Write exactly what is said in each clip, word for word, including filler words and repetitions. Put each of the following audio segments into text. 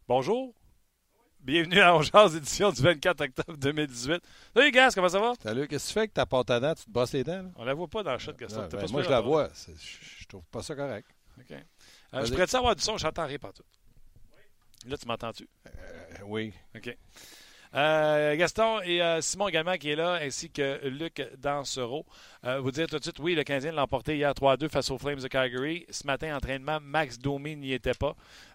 Bonjour. Bienvenue à On Jase, édition du vingt-quatre octobre deux mille dix-huit. Salut, Gas, comment ça va? Salut, qu'est-ce que tu fais avec ta pâte à dents? Tu te brosses les dents? Là? On la voit pas dans le shot, Gaston. Ouais, T'as ben, pas moi, super je la attendre. vois. C'est- Je, je trouve pas ça correct. OK. Euh, je pourrais-tu avoir du son? J'entends rien partout. Là, tu m'entends-tu? Euh, oui. OK. Euh, Gaston et euh, Simon également qui est là, ainsi que Luc Dansereau. Euh, vous dire tout de suite, oui, le Canadien l'a emporté hier trois à deux face aux Flames de Calgary. Ce matin, entraînement, Max Domi n'y était pas.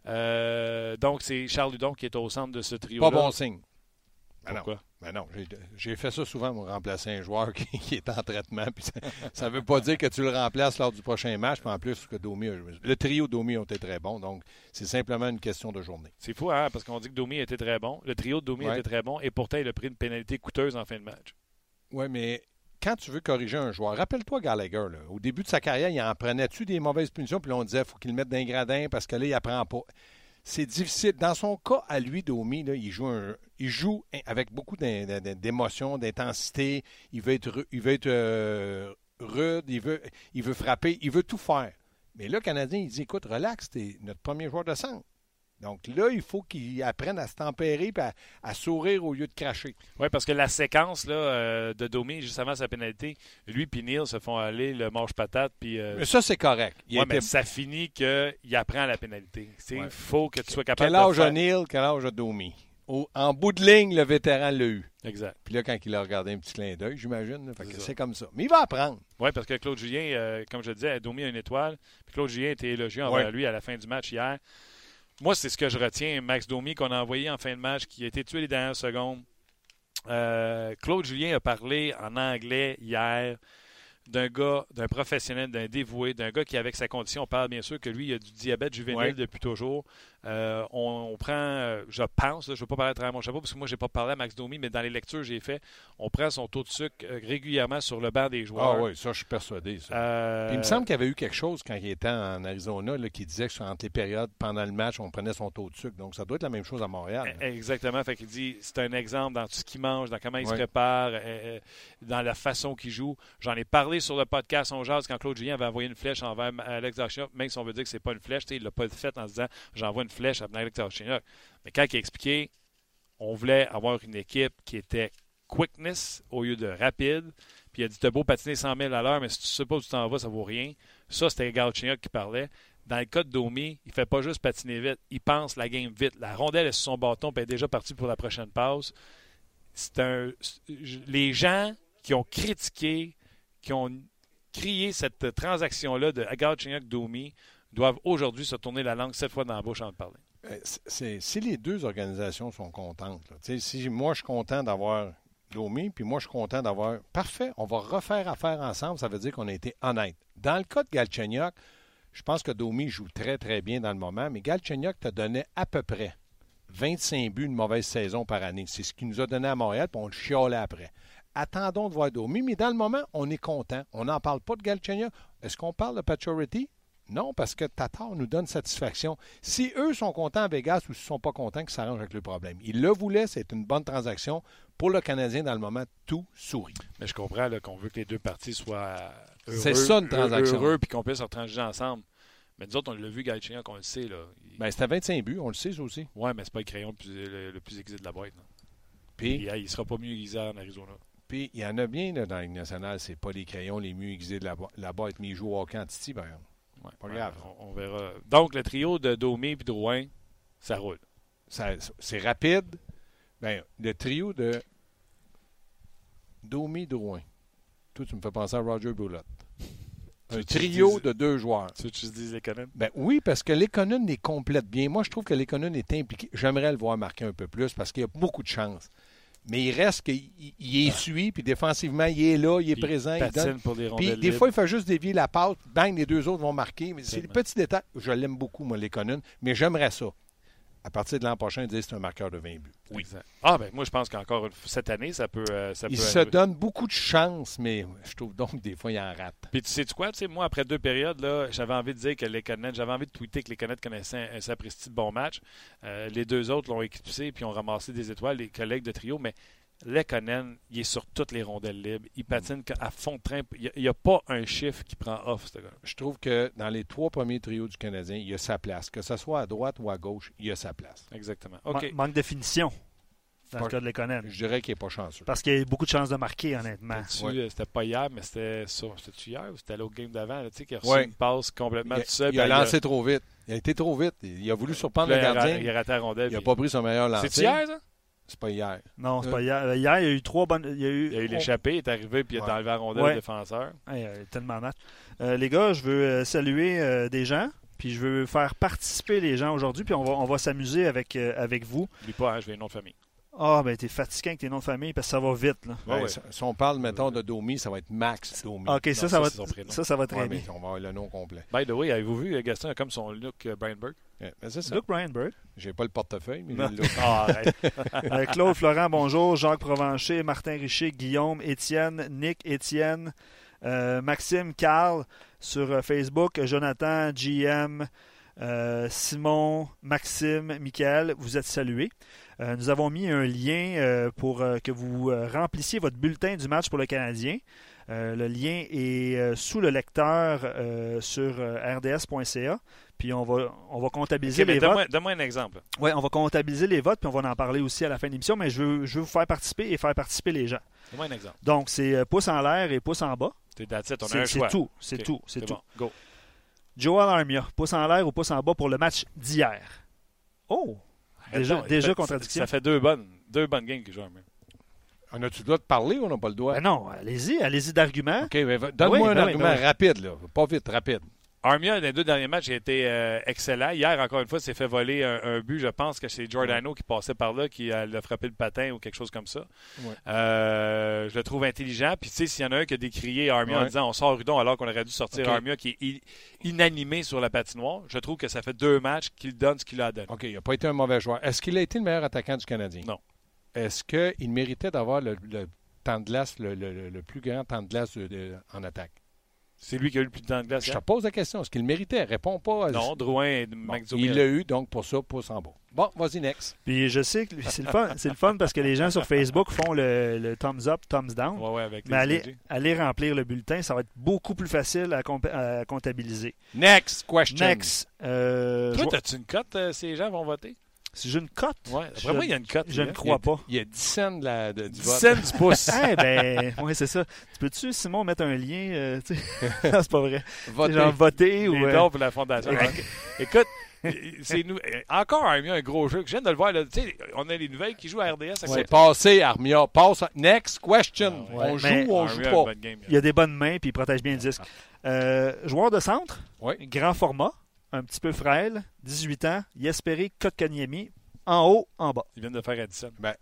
Euh, donc, c'est Charles Hudon qui est au centre de ce trio-là. Pas bon signe. Ben Pourquoi? non. Ben non, j'ai, j'ai fait ça souvent, moi, remplacer un joueur qui, qui est en traitement. Puis ça ne veut pas dire que tu le remplaces lors du prochain match. Puis en plus, que Domi a, le trio Domi ont été très bon. Donc, c'est simplement une question de journée. C'est fou, hein? Parce qu'on dit que Domi était très bon. Le trio de Domi Ouais. était très bon et pourtant, il a pris une pénalité coûteuse en fin de match. Oui, mais quand tu veux corriger un joueur, rappelle-toi Gallagher, là, au début de sa carrière, il en prenait-tu des mauvaises punitions? Puis là, on disait qu'il faut qu'il le mette dans les gradins parce que là, il apprend pas. C'est difficile. Dans son cas, à lui, Domi, là, il, joue un- il joue avec beaucoup d'in- d'in- d'émotion, d'intensité. Il veut être, ru- il veut être euh, rude, il veut, il veut frapper, il veut tout faire. Mais là, le Canadien, il dit, écoute, relax, t'es notre premier joueur de centre. Donc là, il faut qu'il apprenne à se tempérer et à, à sourire au lieu de cracher. Oui, parce que la séquence là, euh, de Domi, juste avant sa pénalité, lui et Neil se font aller le manche-patate. Puis, euh, Mais ça, c'est correct. Il ouais, était- mais ça finit qu'il apprend la pénalité. Il Ouais. faut que tu sois capable Quel de âge faire. a Neil, quel âge a Domi? Au- en bout de ligne, le vétéran l'a eu. Exact. Puis là, quand il a regardé un petit clin d'œil, j'imagine, là, fait que C'est ça. c'est comme ça. Mais il va apprendre. Oui, parce que Claude Julien, euh, comme je le disais, Domi a une étoile. Puis Claude Julien était élogié envers Ouais. lui à la fin du match hier. Moi, c'est ce que je retiens. Max Domi qu'on a envoyé en fin de match, qui a été tué les dernières secondes. Euh, Claude Julien a parlé en anglais hier d'un gars, d'un professionnel, d'un dévoué, d'un gars qui, avec sa condition, on parle bien sûr que lui, il a du diabète juvénile Ouais. depuis toujours. Euh, on, on prend, euh, je pense, là, je ne veux pas parler à travers mon chapeau parce que moi, je n'ai pas parlé à Max Domi, mais dans les lectures que j'ai fait, on prend son taux de sucre euh, régulièrement sur le banc des joueurs. Ah oui, ça, je suis persuadé. Ça. Euh, Puis il me semble qu'il y avait eu quelque chose quand il était en Arizona là, qui disait que entre les périodes, pendant le match, on prenait son taux de sucre. Donc, ça doit être la même chose à Montréal. là. Exactement. Fait qu'il dit c'est un exemple dans tout ce qu'il mange, dans comment il se Ouais. prépare, euh, euh, dans la façon qu'il joue. J'en ai parlé sur le podcast On Jase quand Claude Julien avait envoyé une flèche envers Alex Galchenyuk, même si on veut dire que c'est pas une flèche, tu sais, il l'a pas fait en se disant j'envoie une flèche à Alex Galchenyuk. Mais quand il a expliqué, on voulait avoir une équipe qui était quickness au lieu de rapide. Puis il a dit t'as beau patiner cent mille à l'heure, mais si tu sais pas où tu t'en vas, ça vaut rien. Ça, c'était Galchenyuk qui parlait. Dans le cas de Domi, il ne fait pas juste patiner vite, il pense la game vite. La rondelle est sur son bâton, puis elle est déjà partie pour la prochaine passe. C'est un, les gens qui ont critiqué, qui ont crié cette transaction-là de Galchenyuk-Domi doivent aujourd'hui se tourner la langue sept fois dans la bouche en parler. Euh, c'est- c'est- si les deux organisations sont contentes, là, tu sais, si moi je suis content d'avoir Domi, puis moi je suis content d'avoir. Parfait, on va refaire affaire ensemble, ça veut dire qu'on a été honnête. Dans le cas de Galchenyuk, je pense que Domi joue très très bien dans le moment, mais Galchenyuk te donnait à peu près vingt-cinq buts de mauvaise saison par année. C'est ce qu'il nous a donné à Montréal, puis on le chialait après. Attendons de voir Domi, mais dans le moment, on est content. On n'en parle pas de Galchenyuk. Est-ce qu'on parle de Pacioretty? Non, parce que Tatar nous donne satisfaction. Si eux sont contents à Vegas ou s'ils ne sont pas contents, qu'ils s'arrangent avec le problème. Ils le voulaient, c'est une bonne transaction. Pour le Canadien, dans le moment, tout sourit. Mais je comprends là, qu'on veut que les deux parties soient heureux, C'est ça, une transaction. heureux puis qu'on puisse se transiger ensemble. Mais nous autres, on l'a vu, Galchenyuk, on le sait. Là. Il... Ben, c'était vingt-cinq buts, on le sait ça aussi. Ouais, mais c'est pas le crayon le plus, le, le plus aiguisé de la boîte. Là. Puis, Il, il sera pas mieux aiguisé en Arizona. puis il y en a bien là, dans la Ligue nationale, c'est pas les crayons les mieux aiguisés de la, bo- la boîte, mais ils jouent au hockey en titi, par exemple. Ouais, Pas ouais, grave. On, on verra. Donc, le trio de Domi et Drouin, ça roule. Ça- c'est rapide. Ben, le trio de Domi Drouin. Toi, tu me fais penser à Roger Boulotte. Un Tu- tu trio dis- de deux joueurs. Tu veux que je te dise les canons? Ben oui, parce que Lekonen les complète bien. Moi, je trouve que Lekonen est impliqué. J'aimerais le voir marquer un peu plus parce qu'il y a beaucoup de chance. Mais il reste qu'il il- il essuie, puis défensivement, il est là, il est Puis présent. Il patine donne. pour des Puis rondelles des libres. fois, il fait juste dévier la passe, bang, les deux autres vont marquer. Mais c'est des Tellement. petits détails. Je l'aime beaucoup, moi, Lekonen, mais j'aimerais ça. À partir de l'an prochain, dire que c'est un marqueur de vingt buts. Oui. Exact. Ah, ben moi, je pense qu'encore une fois, cette année, ça peut. euh, ça Il peut se arriver. donne beaucoup de chance, mais je trouve donc que des fois, il en rate. Puis tu sais quoi, tu sais, moi, après deux périodes, là, j'avais envie de dire que les Canucks, j'avais envie de tweeter que les Canucks connaissaient un, un sapristi de bon match. Euh, les deux autres l'ont éclipsé puis ont ramassé des étoiles, les collègues de trio, mais Lekonen, il est sur toutes les rondelles libres. Il patine à fond de train. Il n'y a, a pas un chiffre qui prend off, ce gars. Je trouve que dans les trois premiers trios du Canadien, il y a sa place. Que ce soit à droite ou à gauche, il y a sa place. Exactement. Okay. Man- manque de finition dans pas, le cas de Lekonen. Je dirais qu'il n'est pas chanceux. Parce qu'il y a beaucoup de chances de marquer, honnêtement. Ouais. C'était pas hier, mais c'était sur. C'était-tu hier ou c'était l'autre game d'avant? Tu sais, qui a reçu ouais. une passe complètement tout seul. Il a lancé a... trop vite. Il a été trop vite. Il a voulu surprendre le gardien. Il a raté la rondelle. Il n'a pas pris son meilleur lancer. C'est hier, ça? C'est pas hier. Non, c'est euh, pas hier. Hier, il y a eu trois bonnes. Il y a eu, il y a eu l'échappée, il est arrivé puis il a ouais. enlevé la rondelle ouais. au défenseur. Ouais, il y a tellement de matchs. Euh, les gars, je veux euh, saluer euh, des gens, puis je veux faire participer les gens aujourd'hui, puis on va, on va s'amuser avec, euh, avec vous. N'oublie pas, hein, je vais un nom de famille. Ah, oh, ben t'es fatigué avec tes noms de famille parce que ça va vite. Là. Ouais, ouais. Si on parle, mettons, de Domi, ça va être Max Domi. OK, ça, non, ça, ça, va, ça, ça va très ouais, bien. On va avoir le nom complet. By the way, avez-vous vu, Gaston a comme son look uh, Brian Burke? Yeah, c'est ça. Look Brian Burke. J'ai pas le portefeuille, mais j'ai le look. Ah, arrête. euh, Claude, Florent, bonjour. Jacques Provencher, Martin Richer, Guillaume, Étienne, Nick, Étienne, euh, Maxime, Carl sur euh, Facebook, Jonathan, G M, euh, Simon, Maxime, Michael, vous êtes salués. Euh, nous avons mis un lien euh, pour euh, que vous euh, remplissiez votre bulletin du match pour le Canadien. Euh, le lien est euh, sous le lecteur euh, sur euh, r d s point c a. Puis on va, on va comptabiliser okay, les donne-moi, votes. Donne-moi un exemple. Oui, on va comptabiliser les votes, puis on va en parler aussi à la fin de l'émission. Mais je veux, je veux vous faire participer et faire participer les gens. Donne-moi un exemple. Donc, c'est euh, pouce en l'air et pouce en bas. C'est, it, on c'est, a un c'est choix. tout. C'est okay. tout. C'est, c'est tout. Bon. Go. Joel Armia, pouce en l'air ou pouce en bas pour le match d'hier. Oh! Déjà, Attends, déjà fait, contradiction. Ça fait deux bonnes, deux bonnes games qu'il joue. On a-tu le droit de parler ou on n'a pas le droit? Ben non, allez-y, allez-y d'arguments. OK, mais donne-moi oui, un ben argument oui, ben rapide, là. Pas vite, rapide. Armia, dans les deux derniers matchs, a été euh, excellent. Hier, encore une fois, s'est fait voler un, un but. Je pense que c'est Giordano ouais. qui passait par là, qui a, a frappé le patin ou quelque chose comme ça. Ouais. Euh, je le trouve intelligent. Puis, tu sais, s'il y en a un qui a décrié Armia ouais. en disant on sort Hudon alors qu'on aurait dû sortir okay. Armia qui est inanimé sur la patinoire, je trouve que ça fait deux matchs qu'il donne ce qu'il a donné. OK, il n'a pas été un mauvais joueur. Est-ce qu'il a été le meilleur attaquant du Canadien? Non. Est-ce qu'il méritait d'avoir le, le temps de glace, le, le, le plus grand temps de glace de, de, en attaque? C'est lui qui a eu le plus de temps de glace. Je te pose la question. Est-ce qu'il le méritait? Réponds pas. Non, Drouin et bon, McDougall. Il l'a eu, donc pour ça, pouce en bas. Bon, vas-y, next. Puis je sais que c'est le fun, c'est le fun parce que les gens sur Facebook font le, le thumbs up, thumbs down. Ouais, ouais, avec mais allez, allez remplir le bulletin, ça va être beaucoup plus facile à, comp- à comptabiliser. Next question. Next. Euh, Toi, as-tu une cote euh, si les gens vont voter? Si j'ai une cote? Ouais, après je, moi, il y a une cote. Je ne crois pas. Il y a dix cents de la, de, du vote. dix cents du pouce. Eh ben, oui, c'est ça. Tu peux-tu, Simon, mettre un lien? Euh, non, c'est pas vrai. Voter. Genre voter ou... Les euh... dons pour la fondation. Écoute, c'est nous. Encore Armia, un gros jeu. Je viens de le voir. Là. On a les nouvelles qui jouent à R D S. C'est passé, Armia. Passe. Next question. Ah, ouais. On Mais joue ou on Armia joue pas? Game, il y a des bonnes mains puis il protège bien le disque. Euh, joueur de centre, oui. Grand format, un petit peu frêle, dix-huit ans, Jesperi Kotkaniemi. En haut, en bas. Ils viennent de faire Addison. Ben,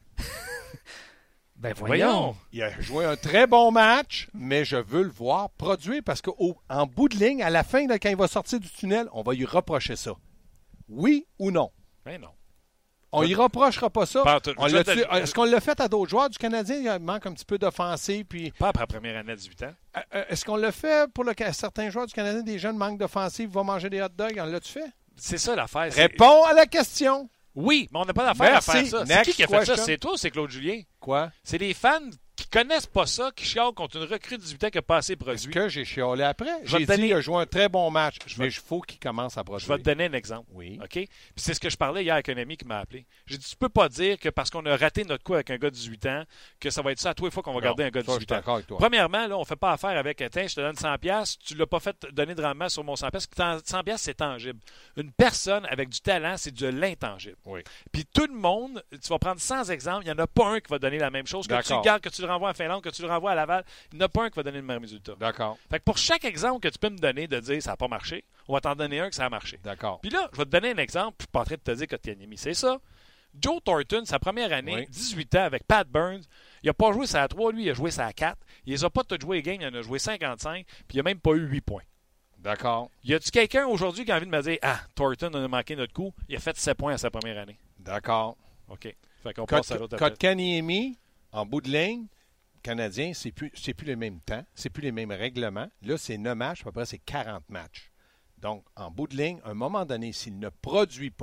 ben voyons. Il a joué un très bon match, mais je veux le voir produire parce qu'en bout de ligne, à la fin, là, quand il va sortir du tunnel, on va lui reprocher ça. Oui ou non? Ben non. On y reprochera pas ça. Pas on l'a tu... Est-ce qu'on l'a fait à d'autres joueurs du Canadien? Il manque un petit peu d'offensive. Puis... Pas après la première année à dix-huit ans. Est-ce qu'on l'a fait pour le... certains joueurs du Canadien? Des jeunes manquent d'offensive, vont manger des hot dogs. On l'a-tu fait? C'est ça l'affaire. Réponds à la question. Oui, mais on n'a pas d'affaire Merci. à faire ça. Next c'est qui qui a fait question. ça? C'est toi ou c'est Claude Julien? Quoi? C'est les fans qui connaissent pas ça, qui chialent contre une recrue de dix-huit ans qui n'a pas assez produit. Est-ce que j'ai chialé après? Je J'ai donner... dit qu'il a joué un très bon match, mais il faut qu'il commence à produire. Je vais te donner un exemple. Oui. OK? Puis c'est ce que je parlais hier avec un ami qui m'a appelé. J'ai dit, tu peux pas dire que parce qu'on a raté notre coup avec un gars de dix-huit ans, que ça va être ça à tous les fois qu'on va non, garder un gars de ça, dix-huit ans. Avec toi. Premièrement, là, on ne fait pas affaire avec, tiens, je te donne cent dollars, tu ne l'as pas fait donner de rendement sur mon cent dollars. cent dollars, c'est tangible. Une personne avec du talent, c'est de l'intangible. Oui. Puis tout le monde, tu vas prendre cent exemples, il n'y en a pas un qui va donner la même chose. Que D'accord. tu le gardes, que tu le renvoies à Finlande, que tu le renvoies à Laval, il n'y en a pas un qui va donner le même résultat. D'accord. Fait que pour chaque exemple que tu peux me donner de dire ça n'a pas marché, on va t'en donner un que ça a marché. D'accord. Puis là, je vais te donner un exemple, puis je suis pas en train de te dire que Kotkaniemi, c'est ça. Joe Thornton, sa première année, oui. dix-huit ans, avec Pat Burns, il n'a pas joué ça à trois, lui, il a joué ça à quatre. Il les a pas tous joués les games, il en a joué cinquante-cinq, puis il n'a même pas eu huit points. D'accord. Y a-tu quelqu'un aujourd'hui qui a envie de me dire ah, Thornton a manqué notre coup, il a fait sept points à sa première année? D'accord. OK. Fait qu'on passe à l'autre appel. Kotkaniemi, en bout de ligne, Canadien, c'est plus, c'est plus les mêmes temps, c'est plus les mêmes règlements. Là, c'est neuf matchs, à peu près, c'est quarante matchs. Donc, en bout de ligne, à un moment donné, s'il ne produit pas,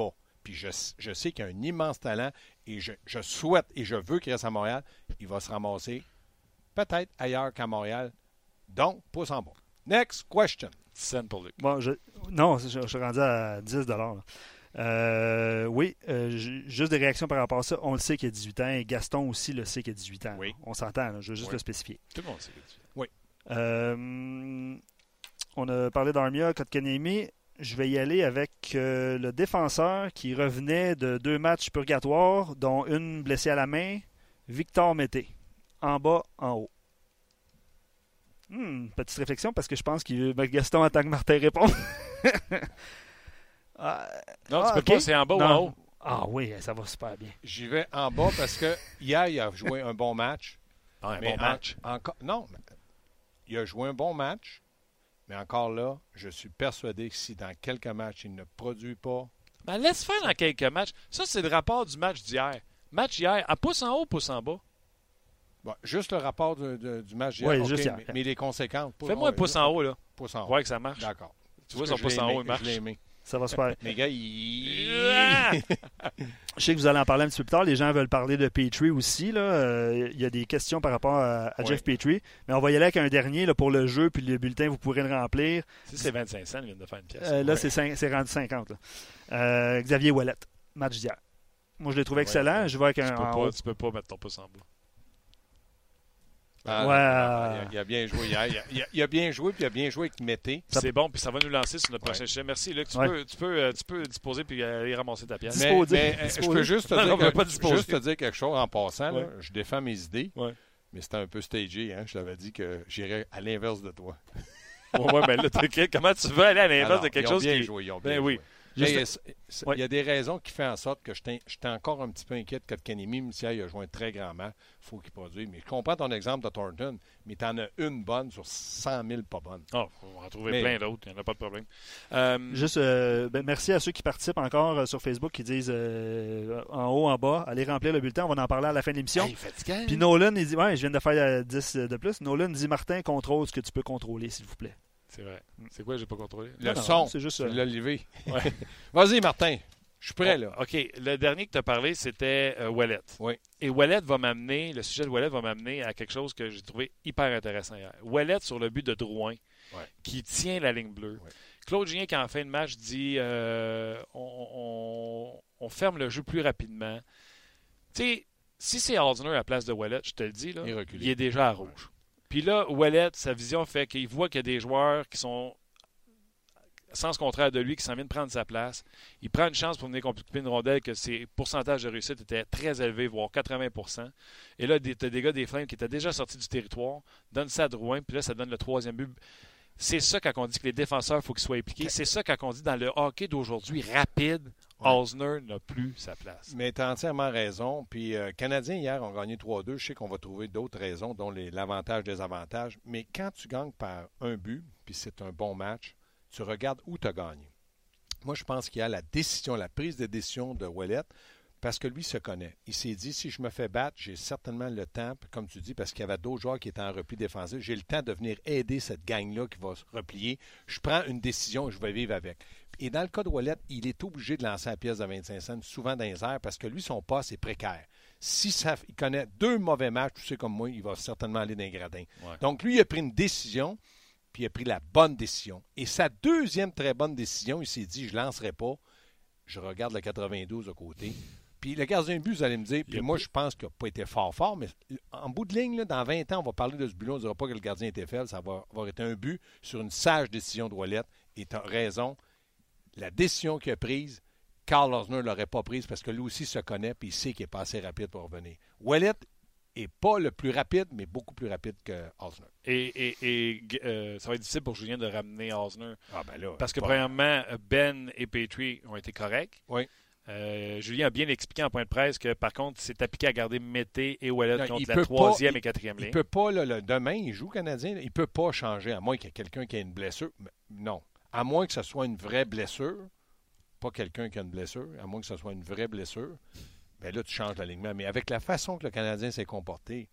puis je, je sais qu'il a un immense talent et je, je souhaite et je veux qu'il reste à Montréal, il va se ramasser peut-être ailleurs qu'à Montréal. Donc, pouce en bas. Next question. Scène pour Luc. Bon, je, non, je, je suis rendu à dix dollars. Euh, oui, euh, j- juste des réactions par rapport à ça. On le sait qu'il y a dix-huit ans et Gaston aussi le sait qu'il y a dix-huit ans. Oui. On s'entend, là, je veux juste Oui. le spécifier. Tout le monde sait que tu Oui. Euh, on a parlé d'Armia, Kotkaniemi. Je vais y aller avec euh, le défenseur qui revenait de deux matchs purgatoires, dont une blessée à la main, Victor Mété. En bas, en haut. Hmm, petite réflexion parce que je pense que Gaston attend que Martin réponde. ah, Non, ah, tu peux ok. pas, c'est en bas Non. ou en haut. Ah oui, ça va super bien. J'y vais en bas parce que hier, il a joué un bon match. Ah, un mais bon en- match. encore, non, mais il a joué un bon match, mais encore là, je suis persuadé que si dans quelques matchs, il ne produit pas, Ben, laisse faire dans quelques matchs. Ça, c'est le rapport du match d'hier. Match hier, à pouce en haut, pouce en bas. bon, juste le rapport de- de- du match d'hier, Oui, ok, juste hier. mais, mais les conséquences. pouce- Fais-moi un ouais, pouce en haut, là. pouce en haut. Voir que ça marche. D'accord. Tu vois, Parce son que je pouce en l'ai haut, aimé, il marche. Je l'ai aimé. Ça va super. Les gars, ils... Je sais que vous allez en parler un petit peu plus tard. Les gens veulent parler de Petrie aussi. Là. Euh, il y a des questions par rapport à, à Oui. Jeff Petrie. Mais on va y aller avec un dernier là, pour le jeu, puis le bulletin, vous pourrez le remplir. Si c'est vingt-cinq cents, il vient de faire une pièce. Euh, là, Ouais. c'est, cinq- c'est rendu cinquante. Là. Euh, Xavier Ouellet, match d'hier. Moi, je l'ai trouvé Ouais, excellent. ouais. Je vais avec tu, un peux en haut. pas, tu peux pas mettre ton pouce en bas. Ah, Ouais. non, il, a, il a bien joué hier. Il a, il a- il a bien joué, puis il a bien joué avec Mété. Ça- C'est bon, puis ça va nous lancer sur notre Ouais. prochain sujet. Merci, Luc. Tu, Ouais. peux, tu, peux, euh, tu peux disposer puis euh, aller ramasser ta pièce. Dispo- Mais, Disposer. mais, euh, je Disposer. peux juste te, Non, dire, non, on veut que- pas disposer. juste te dire quelque chose en passant. là. Ouais. Je défends mes idées, Ouais. mais c'était un peu stagé. Hein? Je t'avais dit que j'irais à l'inverse de toi. ouais, ouais, mais là, t'inquiète, comment tu veux aller à l'inverse Alors, de quelque ils ont chose bien qui. joué, ils ont Ben bien oui. joué. Juste- Mais, c'est- c'est- Ouais. Il y a des raisons qui font en sorte que j'étais j'étais encore un petit peu inquiet que Kotkaniemi, même si il a joué un très grand match, il faut qu'il produise. Mais je comprends ton exemple de Thornton, mais tu en as une bonne sur cent mille pas bonnes. Oh, on va en trouver Mais- plein d'autres, il n'y en a pas de problème. Euh, Juste, euh, ben, merci à ceux qui participent encore euh, sur Facebook qui disent euh, en haut, en bas, allez remplir le bulletin. On va en parler à la fin de l'émission. hey, fatigant. Puis Nolan, il dit, ouais, je viens de faire euh, dix de plus. Nolan dit, Martin, contrôle ce que tu peux contrôler, s'il vous plaît. C'est vrai. C'est quoi, j'ai pas contrôlé? Le Non, non, son, c'est juste, tu euh, l'as levé. Ouais. Vas-y, Martin. Je suis prêt, là. Oh, OK. Le dernier que tu as parlé, c'était euh, Ouellet. Oui. Et Ouellet va m'amener, le sujet de Ouellet va m'amener à quelque chose que j'ai trouvé hyper intéressant hier. Ouellet sur le but de Drouin, Ouais. qui tient la ligne bleue. Ouais. Claude Julien, qui en fin de match, dit euh, on, on- on ferme le jeu plus rapidement. Tu sais, si c'est Osner à la place de Ouellet, je te le dis, là, Il est reculé. il est déjà à rouge. Puis là, Ouellet, sa vision fait qu'il voit qu'il y a des joueurs qui sont sens contraire de lui, qui s'en vient de prendre sa place. Il prend une chance pour venir couper une rondelle que ses pourcentages de réussite étaient très élevés, voire quatre-vingts pour cent. Et là, tu as des gars des Flames qui étaient déjà sortis du territoire, donne ça à Drouin, puis là, ça donne le troisième but. C'est ça quand on dit que les défenseurs, il faut qu'ils soient impliqués. C'est ça quand on dit dans le hockey d'aujourd'hui, rapide, Ouais. Osner n'a plus sa place. Mais tu as entièrement raison. Puis, euh, Canadiens, hier, ont gagné trois deux. Je sais qu'on va trouver d'autres raisons, dont les- l'avantage, désavantages. Mais quand tu gagnes par un but, puis c'est un bon match, tu regardes où tu as gagné. Moi, je pense qu'il y a la décision, la prise de décision de Ouellet, parce que lui se connaît. Il s'est dit, si je me fais battre, j'ai certainement le temps, comme tu dis, parce qu'il y avait d'autres joueurs qui étaient en repli défensif, j'ai le temps de venir aider cette gang-là qui va se replier. Je prends une décision et je vais vivre avec. Et dans le cas de Ouellet, il est obligé de lancer la pièce de vingt-cinq cents, souvent dans les airs, parce que lui, son poste est précaire. Si ça, il connaît deux mauvais matchs, tu sais comme moi, il va certainement aller dans les gradins. Ouais. Donc, lui, il a pris une décision, puis il a pris la bonne décision. Et sa deuxième très bonne décision, il s'est dit, je ne lancerai pas, je regarde le quatre-vingt-douze à côté. Puis le gardien de but, vous allez me dire, puis a moi, pas- je pense qu'il n'a pas été fort fort, mais en bout de ligne, là, dans vingt ans, on va parler de ce but-là, on ne dira pas que le gardien était faible, ça va avoir été un but sur une sage décision de Ouellet. Et tu as raison, la décision qu'il a prise, Carl Osner ne l'aurait pas prise parce que lui aussi se connaît et il sait qu'il est pas assez rapide pour revenir. Ouellet n'est pas le plus rapide, mais beaucoup plus rapide que Osner. Et, et, et euh, ça va être difficile pour Julien de ramener Osner. Ah ben là, Parce que, pas- premièrement, Ben et Petrie ont été corrects. Oui. Euh, Julien a bien expliqué en point de presse que, par contre, il s'est appliqué à garder Mété et Ouellet Non, il contre la peut troisième pas- et quatrième Il ligne. peut pas, là, le- demain, il joue Canadien, là, il peut pas changer, à moins qu'il y ait quelqu'un qui ait une blessure. Mais non. À moins que ce soit une vraie blessure, pas quelqu'un qui a une blessure, à moins que ce soit une vraie blessure, bien là, tu changes l'alignement. Mais avec la façon que le Canadien s'est comporté,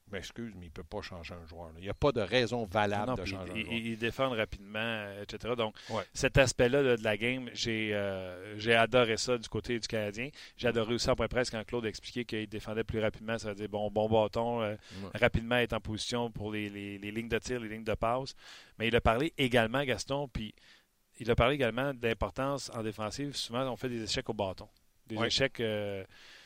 m'excuse, mais il ne peut pas changer un joueur. Là. Il n'y a pas de raison valable non, de changer il, un joueur. Ils il défendent rapidement, et cetera. Donc, ouais. cet aspect-là là, de la game, j'ai, euh, j'ai adoré ça du côté du Canadien. J'ai adoré aussi en point presse quand Claude a expliqué qu'il défendait plus rapidement. Ça veut dire bon, bon bâton, euh, ouais. rapidement être en position pour les, les, les lignes de tir, les lignes de passe. Mais il a parlé également, Gaston, puis il a parlé également de l'importance en défensive. Souvent, on fait des échecs au bâton. Des ouais. échecs... Euh,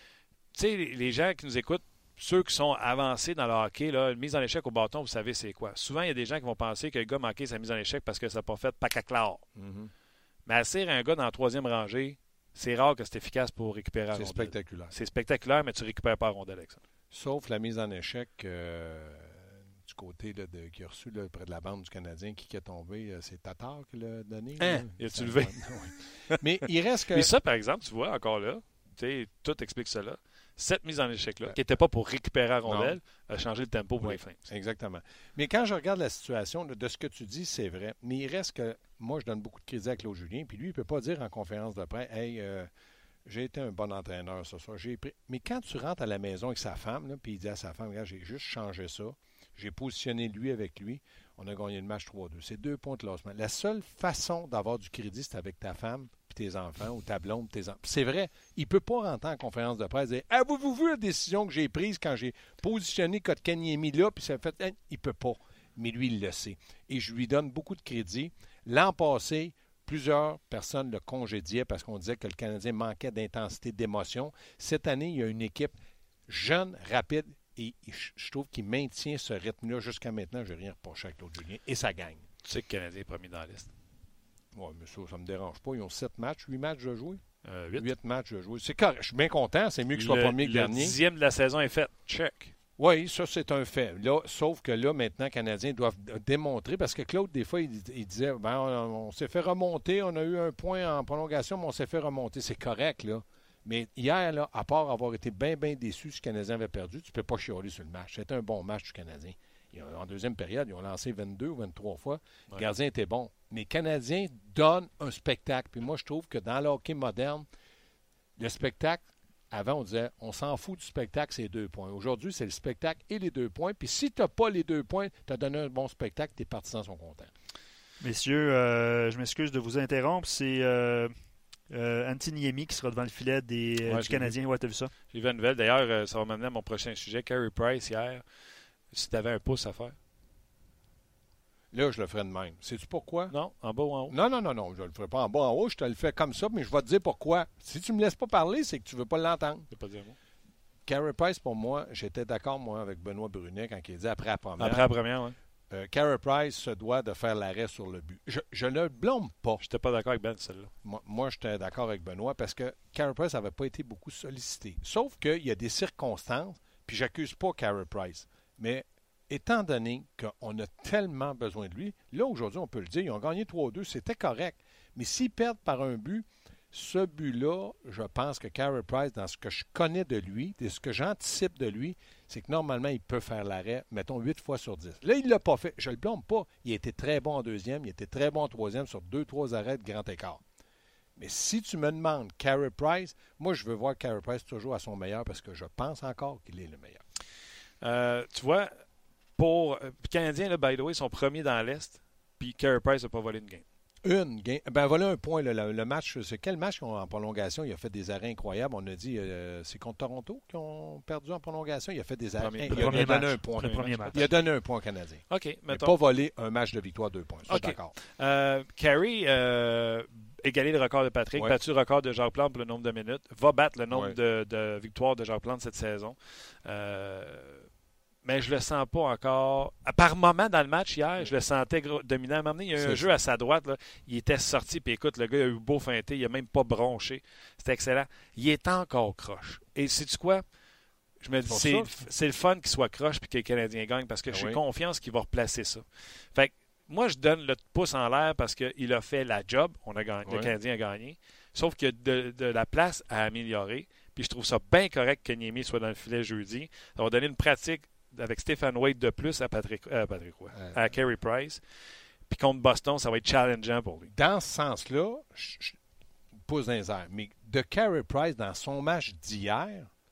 tu sais, les gens qui nous écoutent, ceux qui sont avancés dans le hockey, là, une mise en échec au bâton, vous savez c'est quoi. Souvent, il y a des gens qui vont penser que le gars a manqué sa mise en échec parce que ça n'a pas fait pacaclard. Mm-hmm. Mais assurer un gars dans la troisième rangée, c'est rare que c'est efficace pour récupérer la rondelle. C'est spectaculaire. C'est spectaculaire, mais tu ne récupères pas la rondelle avec ça. Sauf la mise en échec euh, du côté là, de, qui a reçu là, près de la bande du Canadien, qui est tombé. C'est Tatar qui l'a donné. Hein? Il a-tu levé? Mais il reste que... Mais ça, par exemple, tu vois, encore là, tout explique cela. Cette mise en échec-là, qui n'était pas pour récupérer la rondelle, non. a changé le tempo pour oui, les Flames. Exactement. Mais quand je regarde la situation, de ce que tu dis, c'est vrai. Mais il reste que, moi, je donne beaucoup de crédit à Claude Julien, puis lui, il ne peut pas dire en conférence de presse, « Hey, euh, j'ai été un bon entraîneur ce soir. » J'ai pris... Mais quand tu rentres à la maison avec sa femme, là, puis il dit à sa femme, « Regarde, j'ai juste changé ça. J'ai positionné lui avec lui. On a gagné le match trois deux. » C'est deux points de classement. La seule façon d'avoir du crédit, c'est avec ta femme, tes enfants ou ta blonde, tes enfants. C'est vrai, il ne peut pas rentrer en conférence de presse et dire « Avez-vous vu la décision que j'ai prise quand j'ai positionné Kotkaniemi là, puis ça fait... » Il ne peut pas, mais lui, il le sait. Et je lui donne beaucoup de crédit. L'an passé, plusieurs personnes le congédiaient parce qu'on disait que le Canadien manquait d'intensité, d'émotion. Cette année, il y a une équipe jeune, rapide, et je trouve qu'il maintient ce rythme-là jusqu'à maintenant. Je n'ai rien reproché à Claude Julien, et ça gagne. Tu sais que le Canadien est premier dans la liste. Oui, mais ça, ça ne me dérange pas. Ils ont sept matchs, huit matchs de jouer. Euh, huit. Huit matchs de jouer. C'est correct. Je suis bien content. C'est mieux que je sois premier que le dernier. Le dixième de la saison est fait. Check. Oui, ça, c'est un fait. Là, sauf que là, maintenant, les Canadiens doivent démontrer, parce que Claude, des fois, il, il disait ben, on, on s'est fait remonter, on a eu un point en prolongation, mais on s'est fait remonter. C'est correct, là. Mais hier, là, à part avoir été bien, bien déçu si le Canadien avait perdu, tu ne peux pas chialer sur le match. C'était un bon match du Canadien. En deuxième période, ils ont lancé vingt-deux ou vingt-trois fois. Le ouais. gardien était bon. Mais les Canadiens donnent un spectacle. Puis moi, je trouve que dans le hockey moderne, le spectacle, avant, on disait, on s'en fout du spectacle, c'est deux points. Aujourd'hui, c'est le spectacle et les deux points. Puis si tu n'as pas les deux points, tu as donné un bon spectacle, tes partisans sont contents. Messieurs, euh, je m'excuse de vous interrompre. C'est euh, euh, Antiniemi qui sera devant le filet des, ouais, du Canadien. Ouais, tu as vu ça? J'ai vu la nouvelle. D'ailleurs, ça va m'amener à mon prochain sujet. Carey Price, hier, si tu avais un pouce à faire. Là, je le ferais de même. Sais-tu pourquoi? Non, en bas ou en haut? Non, non, non, non. Je ne le ferai pas en bas ou en haut. Je te le fais comme ça, mais je vais te dire pourquoi. Si tu ne me laisses pas parler, c'est que tu ne veux pas l'entendre. Je ne veux pas dire moi. Carey Price, pour moi, j'étais d'accord, moi, avec Benoît Brunet quand il dit après la première. Après la première, oui. Euh, Carey Price se doit de faire l'arrêt sur le but. Je ne le blâme pas. Je n'étais pas d'accord avec Ben, celle-là. Moi, moi j'étais d'accord avec Benoît parce que Carey Price n'avait pas été beaucoup sollicité. Sauf qu'il y a des circonstances, puis j'accuse pas Carey Price. Mais étant donné qu'on a tellement besoin de lui, là, aujourd'hui, on peut le dire, ils ont gagné trois deux, c'était correct. Mais s'ils perdent par un but, ce but-là, je pense que Carey Price, dans ce que je connais de lui, de ce que j'anticipe de lui, c'est que normalement, il peut faire l'arrêt, mettons, huit fois sur dix. Là, il ne l'a pas fait. Je ne le blâme pas. Il a été très bon en deuxième, il a été très bon en troisième sur deux, trois arrêts de grand écart. Mais si tu me demandes Carey Price, moi, je veux voir Carey Price toujours à son meilleur parce que je pense encore qu'il est le meilleur. Euh, tu vois, pour les Canadiens, là, by the way, ils sont premiers dans l'Est, puis Carey Price n'a pas volé une game. Une game. Ben voilà un point. Là, le, le match, c'est quel match en prolongation? Il a fait des arrêts incroyables. On a dit euh, c'est contre Toronto qui ont perdu en prolongation. Il a fait des arrêts. Premier, il, il, a, il a donné un point. Le premier match. Il a donné un point au Canadien. OK, mettons. Mais pas volé un match de victoire, deux points. Je suis okay. d'accord. Euh, Carey, euh, égalé le record de Patrick, ouais. battu le record de Jacques Plante pour le nombre de minutes, va battre le nombre ouais. de, de victoires de Jacques Plante cette saison. Euh, mais je le sens pas encore. Par moment dans le match hier, je le sentais gros, dominant. À un moment donné, il y a eu un jeu à sa droite. Là. Il était sorti, puis écoute, le gars il a eu beau feinter, il a même pas bronché. C'était excellent. Il est encore croche. Et sais-tu quoi? Je me dis, c'est, c'est le fun qu'il soit croche puis que les Canadiens gagnent parce que ah j'ai oui. confiance qu'il va replacer ça. Fait que moi, je donne le pouce en l'air parce qu'il a fait la job. On a gagné, oui. Le Canadien a gagné. Sauf qu'il y a de, de la place à améliorer. Puis je trouve ça bien correct que Niemi soit dans le filet jeudi. Ça va donner une pratique avec Stéphane Waite de plus à Patrick, euh, Patrick ouais, euh, à Carey Price. Puis contre Boston, ça va être challengeant pour lui. Dans ce sens-là, je, je pousse dans les airs. Mais de Carey Price, dans son match d'hier,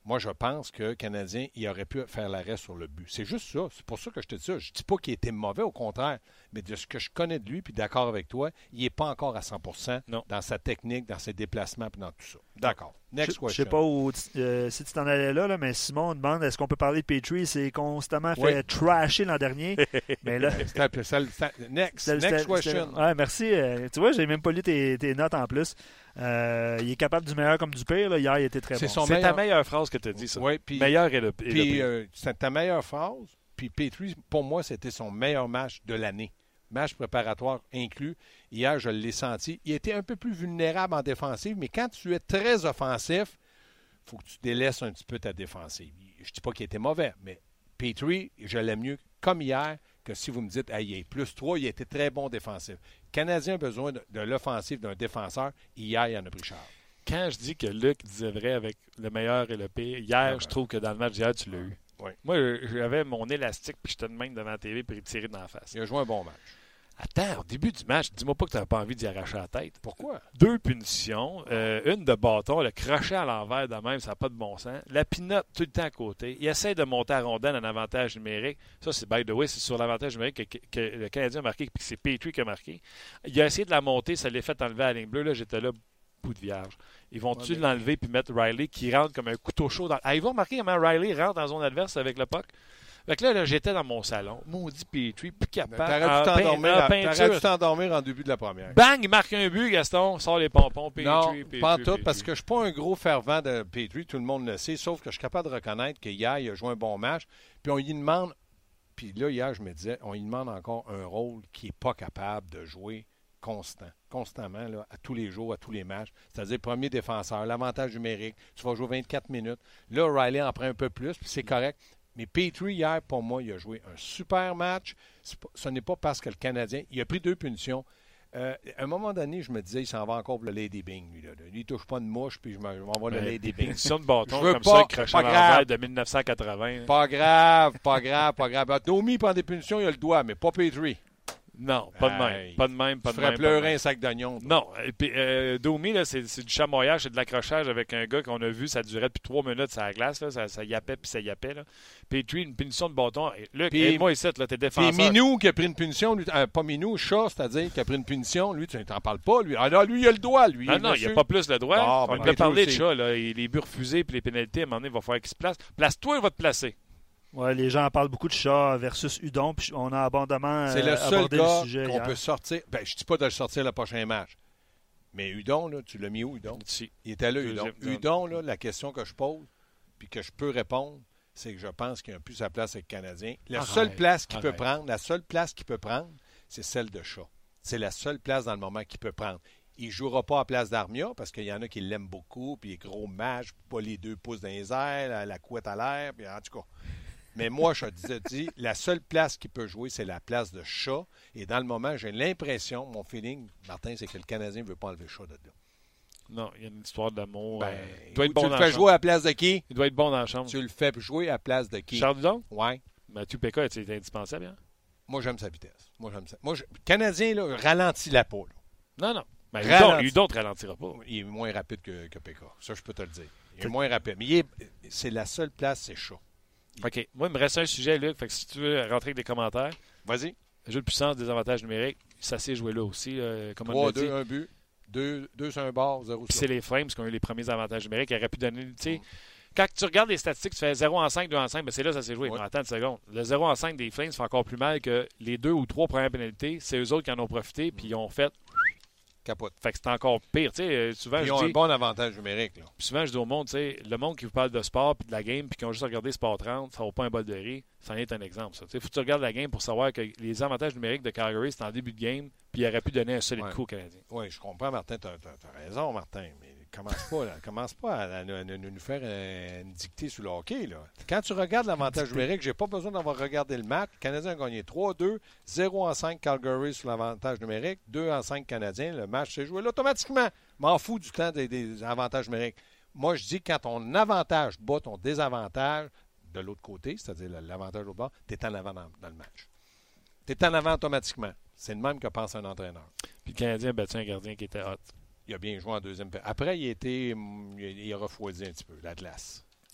moi, je pense que le Canadien, il aurait pu faire l'arrêt sur le but. C'est juste ça. C'est pour ça que je te dis ça. Je ne dis pas qu'il était mauvais, au contraire. Mais de ce que je connais de lui, puis d'accord avec toi, il n'est pas encore à cent pour cent non. dans sa technique, dans ses déplacements, puis dans tout ça. D'accord. Next je, question. Je ne sais pas où, euh, si tu t'en allais là, là, mais Simon demande est-ce qu'on peut parler de Petrie? C'est constamment fait oui. trasher l'an dernier. mais là, c'était, c'était, next, c'était, next c'était, question. Ouais, merci. Euh, tu vois, j'ai même pas lu tes, tes notes en plus. Euh, il est capable du meilleur comme du pire. Là. Hier, il était très c'est bon. C'est meilleur... ta meilleure phrase que tu as dit, ça. Oui, puis, meilleur et le, et puis, le pire. Euh, c'est ta meilleure phrase. Puis Petrie, pour moi, c'était son meilleur match de l'année. Match préparatoire inclus. Hier, je l'ai senti. Il était un peu plus vulnérable en défensive, mais quand tu es très offensif, il faut que tu délaisses un petit peu ta défensive. Je ne dis pas qu'il était mauvais, mais Petrie, je l'aime mieux comme hier que si vous me dites ah, il est plus trois, il a été très bon défensif. Le Canadien a besoin de, de l'offensive d'un défenseur. Hier, il en a pris cher. Quand je dis que Luc disait vrai avec le meilleur et le pire, hier, ah, ben. je trouve que dans le match d'hier, tu l'as eu. Oui. Moi, j'avais mon élastique puis j'étais de même devant la T V pour y tirer dans la face. Il a joué un bon match. Attends, au début du match, dis-moi pas que tu n'avais pas envie d'y arracher la tête. Pourquoi? Deux punitions, euh, une de bâton, le crochet à l'envers de même, ça n'a pas de bon sens. La pinotte tout le temps à côté. Il essaie de monter à rondelle en avantage numérique. Ça, c'est by the way, c'est sur l'avantage numérique que, que le Canadien a marqué et que c'est Petrie qui a marqué. Il a essayé de la monter, ça l'est fait enlever à la ligne bleue. Là, j'étais là, bout de vierge. Ils vont-tu ouais, mais... l'enlever puis mettre Riley qui rentre comme un couteau chaud dans... Ah, ils vont remarquer comment Riley rentre dans la zone adverse avec le puck. Fait que là, là, j'étais dans mon salon, maudit Petrie, plus capable. T'aurais dû t'endormir, t'aurais dû t'endormir en début de la première. Bang, il marque un but, Gaston, sort les pompons, Petrie, non, Petrie, pas en Petrie, tout, parce que je ne suis pas un gros fervent de Petrie, tout le monde le sait, sauf que je suis capable de reconnaître qu'hier, il a joué un bon match, puis on lui demande, puis là, hier, je me disais, on lui demande encore un rôle qui n'est pas capable de jouer constant, constamment, là, à tous les jours, à tous les matchs. C'est-à-dire, premier défenseur, l'avantage numérique, tu vas jouer vingt-quatre minutes. Là, Riley en prend un peu plus, puis c'est correct. Mais Petrie, hier, pour moi, il a joué un super match. Pas, ce n'est pas parce que le Canadien... Il a pris deux punitions. Euh, à un moment donné, je me disais, il s'en va encore pour le Lady Bing. Lui, là. Lui il ne touche pas de mouche, puis je m'envoie le Lady Bing. Punition de bâton comme pas, ça, crochet à de dix-neuf cent quatre-vingts. Pas grave, pas grave, pas grave. Domi prend des punitions, il a le doigt, mais pas Petrie. Non, pas de même. Pas de même, pas de même. Tu ferais pleurer un sac d'oignons. Non. Et puis, euh, Domi, là, c'est, c'est du chamoyage, c'est de l'accrochage avec un gars qu'on a vu, ça durait depuis trois minutes sur la glace. Là, ça, ça yappait puis ça yappait. Là. Petrie, une punition de bâton. Luc, aide-moi ici, là, t'es défenseur. Puis Minou qui a pris une punition. Lui, euh, pas Minou, Chat, c'est-à-dire qui a pris une punition. Lui, tu n'en parles pas. Lui, ah, là, lui, il a le doigt. Lui, non, non, il n'y a pas plus le droit. Ah, on ben, a parlé de Chat. Là, les buts refusés puis les pénalités, à un moment donné, il va falloir qu'il se place. Place-toi, il va te placer. Ouais, les gens en parlent beaucoup de Chat versus Hudon, puis on a abondamment c'est le euh, seul abordé gars le sujet qu'on hier. peut sortir. Ben, je ne dis pas de le sortir le prochain match. Mais Hudon, là, tu l'as mis où, Hudon? Si. Il était là, Hudon. Hudon, là, la question que je pose, puis que je peux répondre, c'est que je pense qu'il n'a plus sa place avec le Canadien. La arrête, seule place qu'il arrête. peut prendre, la seule place qu'il peut prendre, c'est celle de Chat. C'est la seule place dans le moment qu'il peut prendre. Il ne jouera pas à place d'Armia parce qu'il y en a qui l'aiment beaucoup, puis il est gros match, pas les deux pouces dans les airs, la, la couette à l'air, puis en tout cas. Mais moi, je te disais, dis, la seule place qu'il peut jouer, c'est la place de Chat. Et dans le moment, j'ai l'impression, mon feeling, Martin, c'est que le Canadien ne veut pas enlever Chat de là. Non, il y a une histoire d'amour. Ben, euh, il doit être bon tu dans le fais jouer à la place de qui? Il doit être bon dans la chambre. Tu le fais jouer à la place de qui? Charles Hudon? Oui. Mathieu Péka, est indispensable, hein? Moi, j'aime sa vitesse. Moi, j'aime ça. Moi, je... Le Canadien, là, ralentit la peau. Non, non. Ben, Hudon, Hudon ne ralentira pas. Il est moins rapide que, que Péka. Ça, je peux te le dire. Il est moins rapide. Mais il est... c'est la seule place, c'est Chat. OK. Moi, il me reste un sujet, Luc. Fait que si tu veux rentrer avec des commentaires. Vas-y. Jeu de puissance, des avantages numériques. Ça s'est joué là aussi. Euh, comme trois deux, un but. deux sur un bord, zéro sur Puis c'est les Flames qui ont eu les premiers avantages numériques. Ils auraient pu donner. Tu sais, quand tu regardes les statistiques, tu fais zéro en cinq, deux en cinq, ben c'est là que ça s'est joué. Ouais. Mais attends une seconde. Le zéro en cinq des Flames fait encore plus mal que les deux ou trois premières pénalités. C'est eux autres qui en ont profité, puis ils ont fait. Capote. Fait que c'est encore pire. Tu sais, souvent, ils je ont dis, un bon avantage numérique. Là. Souvent, je dis au monde, tu sais, le monde qui vous parle de sport puis de la game puis qui ont juste regardé Sport trente, ça vaut pas un bol de riz. Ça en est un exemple, ça. Il faut que tu regardes la game pour savoir que les avantages numériques de Calgary, c'est en début de game, puis il aurait pu donner un solide ouais. coup au Canadien. Oui, je comprends, Martin. Tu as raison, Martin. Mais commence pas, là, commence pas à, à, à, à nous faire euh, une dictée sur le hockey. Là. Quand tu regardes l'avantage numérique, j'ai pas besoin d'avoir regardé le match. Le Canadien a gagné trois deux, zéro en cinq Calgary sur l'avantage numérique, deux en cinq Canadiens. Le match s'est joué là automatiquement. M'en fous du temps des, des avantages numériques. Moi, je dis que quand ton avantage bat ton désavantage de l'autre côté, c'est-à-dire l'avantage au bas, tu es en avant dans, dans le match. Tu es en avant automatiquement. C'est le même que pense un entraîneur. Puis le Canadien a battu un gardien qui était hot. Il a bien joué en deuxième période. Après, il a été, il a refroidi un petit peu, la glace.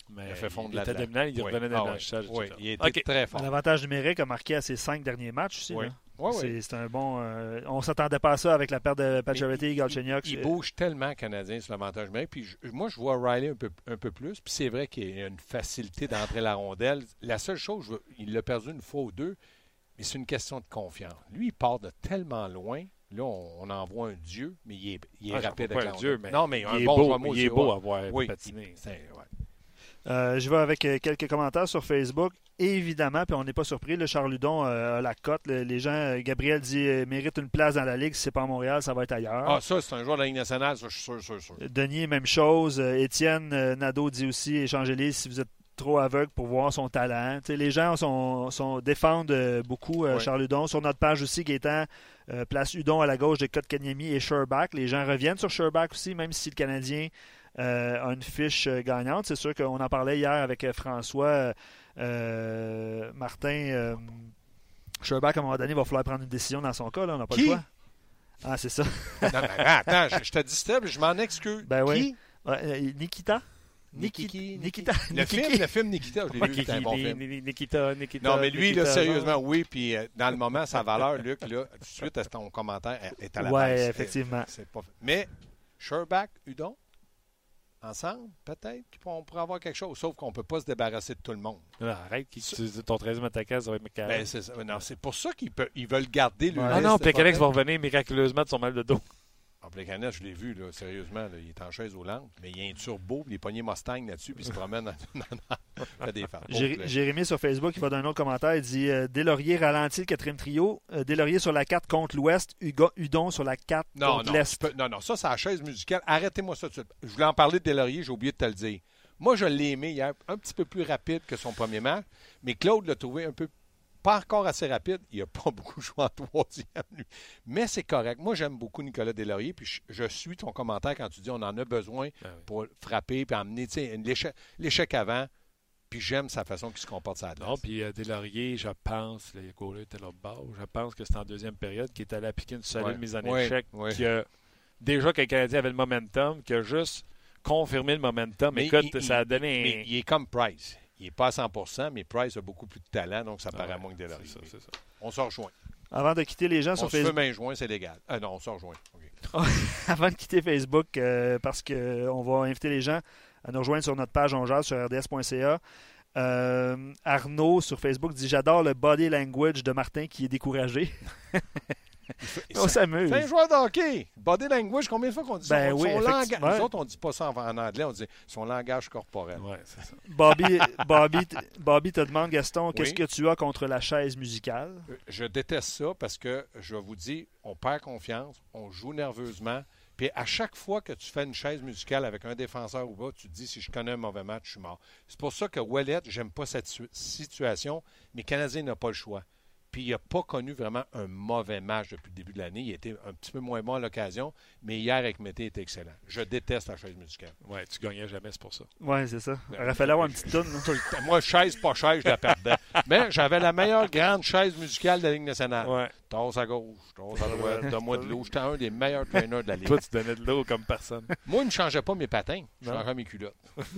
Mais il a fait fondre il était là-dedans. dominant, il Oui. revenait dans Ah le oui. blanchissage. Oui, et tout ça. il était OK. très fort. L'avantage numérique a marqué à ses cinq derniers matchs aussi. Oui. Là. Oui, oui. C'est, c'est un bon. Euh, on ne s'attendait pas à ça avec la perte de Pacioretty et Galchenyuk. Il bouge tellement Canadien sur l'avantage numérique. Puis je- moi, je vois Riley un peu, un peu plus. Puis c'est vrai qu'il a une facilité d'entrer la rondelle. La seule chose, je- il l'a perdu une fois ou deux, mais c'est une question de confiance. Lui, il part de tellement loin. Là, on, on en voit un dieu, mais il est, il est Ah, je rapide comprends avec pas la un dieu, rondelle. mais Non, mais il un est bon beau, joueur, moi il est aussi, beau ouais. à voir Oui, patiner. il- c'est- ouais. Euh, je vais avec euh, quelques commentaires sur Facebook. Évidemment, puis on n'est pas surpris, le Charles Hudon euh, a la cote. Le- les gens, euh, Gabriel dit euh, mérite une place dans la Ligue. Si c'est pas à Montréal, ça va être ailleurs. Ah, ça, c'est un joueur de la Ligue nationale, ça, je suis sûr, sûr, sûr. Denis, même chose. Euh, Étienne euh, Nadeau dit aussi échangez-les si vous êtes trop aveugle pour voir son talent. Tu sais, les gens sont, sont- défendent euh, beaucoup euh, Ouais. Charles Hudon. Sur notre page aussi, Gaétan euh, place Hudon à la gauche de Kotkaniemi et Sherbach. Les gens reviennent sur Sherbach aussi, même si le Canadien euh, a une fiche euh, gagnante. C'est sûr qu'on en parlait hier avec euh, François. Euh, Martin, euh, Sherbach, à un moment donné, va falloir prendre une décision dans son cas. Là. On n'a pas Qui? le choix. Ah, c'est ça. Non, mais attends, je, je te disturbe, je m'en excuse. Ben oui. Qui? Ouais, euh, Nikita? Nikiki, Nikita. Le Nikiki. film, le film Nikita, je l'ai vu, c'est un bon film. Nikita, Nikita. Non, mais lui, là, Nikita, sérieusement, oui, puis euh, dans le moment, sa valeur, Luc, là, tout de suite, à ton commentaire est à la Ouais, baisse. effectivement. C'est pas... Mais Sherbach, Hudon, ensemble, peut-être qu'on pourrait avoir quelque chose, sauf qu'on ne peut pas se débarrasser de tout le monde. Non, arrête, qui- tu- ton treizième attaquant, ça va être McCarron. Ben, c'est, ça. Non, c'est pour ça qu'ils peuvent, ils veulent garder le. Ah non, Plekanec va revenir miraculeusement de son mal de dos. En Plekanec, je l'ai vu, là, sérieusement, là, il est en chaise roulante, mais il y a un turbo, puis il est pogné Mustang là-dessus, puis il se promène dans, dans, dans, fait des fards. Jé- Pauvre, Jérémy sur Facebook, il va d'un autre commentaire. Il dit euh, Deslauriers ralentit le quatrième trio. Euh, Deslauriers sur la quatre contre l'Ouest. Hugo- Hudon sur la quatre Non, contre non, l'Est. tu peux- non, non, ça, c'est la chaise musicale. Arrêtez-moi ça tout de suite. Je voulais en parler de Deslauriers, j'ai oublié de te le dire. Moi, je l'ai aimé hier, un petit peu plus rapide que son premier match, mais Claude l'a trouvé un peu pas encore assez rapide. Il n'a pas beaucoup joué en troisième, lui. Mais c'est correct. Moi, j'aime beaucoup Nicolas Deslauriers, puis je, je suis ton commentaire quand tu dis on en a besoin Ah oui. pour frapper, puis emmener, tu sais, l'échec, l'échec avant, puis j'aime sa façon qu'il se comporte sur la glace. Non, puis euh, Deslauriers, je pense, le goaler était là bas, je pense que c'était en deuxième période, qui est allé appliquer une solide Ouais. mise en Ouais, échec, ouais. qui a, déjà que le Canadien avait le momentum, qui a juste confirmé le momentum. Mais Écoute, il- ça a il- donné Mais un... il est comme Price. Il n'est pas à cent pour cent, mais Price a beaucoup plus de talent, donc ça Ah paraît ouais, moins que Deslauriers. c'est ça, c'est ça. On se rejoint. Avant de quitter les gens On sur se fait Facebook. main joint, c'est légal. Ah non, on se rejoint. OK. Avant de quitter Facebook, euh, parce qu'on va inviter les gens à nous rejoindre sur notre page On Jase sur r d s point c a. Euh, Arnaud sur Facebook dit J'adore le body language de Martin qui est découragé. On s'amuse. C'est un joueur de hockey. Body language, combien de fois qu'on dit Ben son, oui, son effectivement. langage? Nous autres, on ne dit pas ça en, en anglais, on dit son langage corporel. Ouais, c'est ça. Bobby, Bobby, Bobby te demande, Gaston, qu'est-ce Oui. que tu as contre la chaise musicale? Euh, Je déteste ça parce que, je vous dis, on perd confiance, on joue nerveusement. Puis à chaque fois que tu fais une chaise musicale avec un défenseur ou pas, tu te dis, si je connais un mauvais match, je suis mort. C'est pour ça que Ouellet, j'aime pas cette su- situation, mais le Canadien n'a pas le choix. Puis il n'a pas connu vraiment un mauvais match depuis le début de l'année. Il était un petit peu moins bon à l'occasion, mais hier avec Mété, il était excellent. Je déteste la chaise musicale. Ouais, tu gagnais jamais, c'est pour ça. Oui, c'est ça. Il aurait fallu avoir une petite toune. là. Tout le temps. Moi, chaise, pas chaise, je la perdais. Mais j'avais la meilleure grande chaise musicale de la Ligue nationale. Ouais. Tasse à gauche, tasse à droite, donne-moi de l'eau. J'étais un des meilleurs traîneurs de la Ligue. Toi, tu donnais de l'eau comme personne. Moi, il ne changeait pas mes patins. Je Non. changeais mes culottes.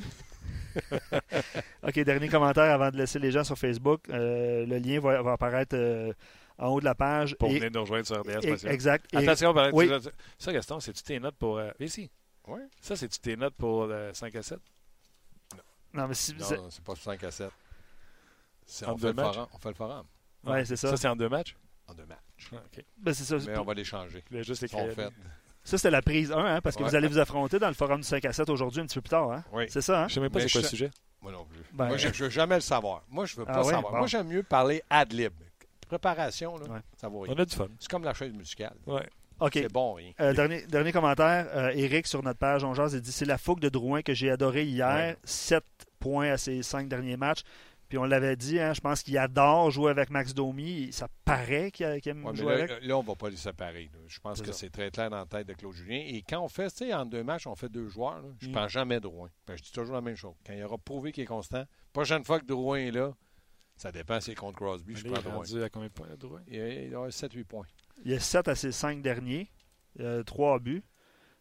OK, dernier commentaire avant de laisser les gens sur Facebook. Euh, le lien va, va apparaître euh, en haut de la page. Pour Et- venir nous rejoindre sur R D S. et- parce que- exact. Et- Attention, par- oui. tu- ça, Gaston, c'est-tu tes notes pour... Euh... Viens ici. Oui. Ça, c'est-tu tes notes pour euh, cinq à sept? Non, mais si, Non, c'est- non, c'est pas cinq à sept. C'est- En on, deux fait le matchs? forum, on fait le forum ouais, c'est ça. Ça, c'est en deux matchs? en deux matchs. Ah, OK. Ben, c'est ça. Mais on va les changer. Je voulais juste Ils sont écrire. faits. Ça, c'était la prise un, hein, parce que Ouais. vous allez vous affronter dans le forum du cinq à sept aujourd'hui, un petit peu plus tard. Hein? Oui. C'est ça, hein? Je sais même pas Mais c'est quoi je le sais- sujet. Moi non plus. Ben, Moi, je ne veux jamais le savoir. Moi, je veux pas Ah ouais? savoir. Bon. Moi, j'aime mieux parler ad lib. Préparation, là, Ouais. ça va rien. On a du fun. C'est comme la chaise musicale. Ouais. OK. C'est bon, rien. Euh, dernier, dernier commentaire. Euh, Eric, sur notre page On Jase, il dit c'est la fougue de Drouin que j'ai adoré hier. Ouais. sept points à ses cinq derniers matchs. Puis on l'avait dit, hein, je pense qu'il adore jouer avec Max Domi. Ça paraît qu'il, a- qu'il aime Ouais, mais jouer là, avec. là, on ne va pas les séparer. là. Je pense C'est que ça. c'est très clair dans la tête de Claude Julien. Et quand on fait, tu sais, en deux matchs, on fait deux joueurs. là, je ne Mm. prends jamais Drouin. Ben, je dis toujours la même chose. Quand il aura prouvé qu'il est constant, prochaine fois que Drouin est là, ça dépend si c'est contre Crosby, je Il prends est Drouin. rendu à combien de points, là, Drouin? Il y a, il y a sept huit points. Il y a sept à ses cinq derniers. Euh, trois buts.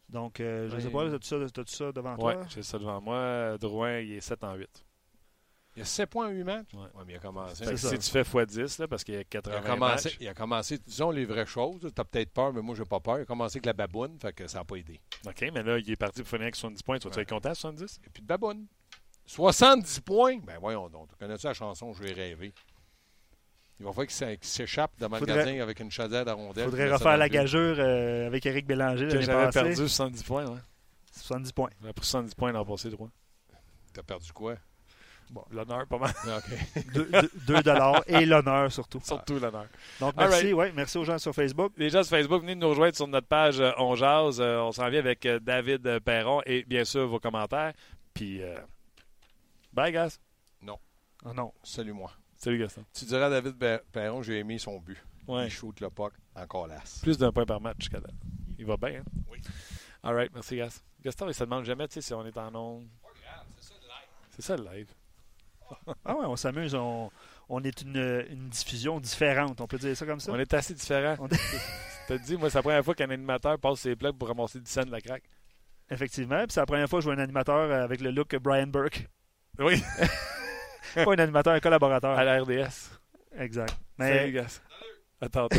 Donc, euh, je ne Oui. sais pas, as-tu ça, as-tu ça devant Oui, toi? j'ai ça devant moi. Drouin, il est sept en huit. Il y a sept points en huit matchs. Ouais. Ouais, mais il a commencé. Fait que C'est si ça. tu fais fois dix, là, parce qu'il y a Il a quatre-vingts commencé, matchs. il a commencé, disons les vraies choses. Tu as peut-être peur, mais moi, j'ai pas peur. Il a commencé avec la baboune, fait que ça n'a pas aidé. OK, mais là, il est parti pour finir avec soixante-dix points. Tu vas Ouais. être content à soixante-dix? Et puis de baboune. soixante-dix points. Ben voyons donc. Tu connais-tu la chanson Je vais rêver? Il va falloir qu'il s'é- qu'il s'échappe devant Faudrait- le gardien avec une chaudière à rondelle. Il faudrait puis refaire ça la dans le but. gageure euh, avec Éric Bélanger Que l'année j'avais passée. perdu soixante-dix points, ouais. soixante-dix points. J'avais pris soixante-dix points l'an passé, Drouin. T'as perdu quoi? Bon, l'honneur, pas mal. OK. deux dollars et l'honneur surtout. Surtout l'honneur. Donc, All merci, right. ouais, merci aux gens sur Facebook. Les gens sur Facebook, venez nous rejoindre sur notre page euh, On Jase. Euh, on s'en vient avec euh, David euh, Perron et bien sûr vos commentaires. Puis, euh, bye, guys. Oh non. Salut-moi. Salut, Gaston. Tu diras à David Per- Perron que j'ai aimé son but. Ouais. Il shoot le puck en colasse. Plus d'un point par match jusqu'à date. Il va bien, hein? Oui. All right, merci, Gas. Gaston, il se demande jamais, tu sais, si on est en ondes. C'est ça, le live. Ah ouais, on s'amuse. On, on est une, une diffusion différente. On peut dire ça comme ça? On est assez différents. On- Je te dis, moi, c'est la première fois qu'un animateur passe ses plugs pour ramasser dix cents de la craque. Effectivement. Puis c'est la première fois que je vois un animateur avec le look Brian Burke. Oui, Pas un animateur, un collaborateur. à la R D S. Exact. Salut, Mais, Gas. À tantôt.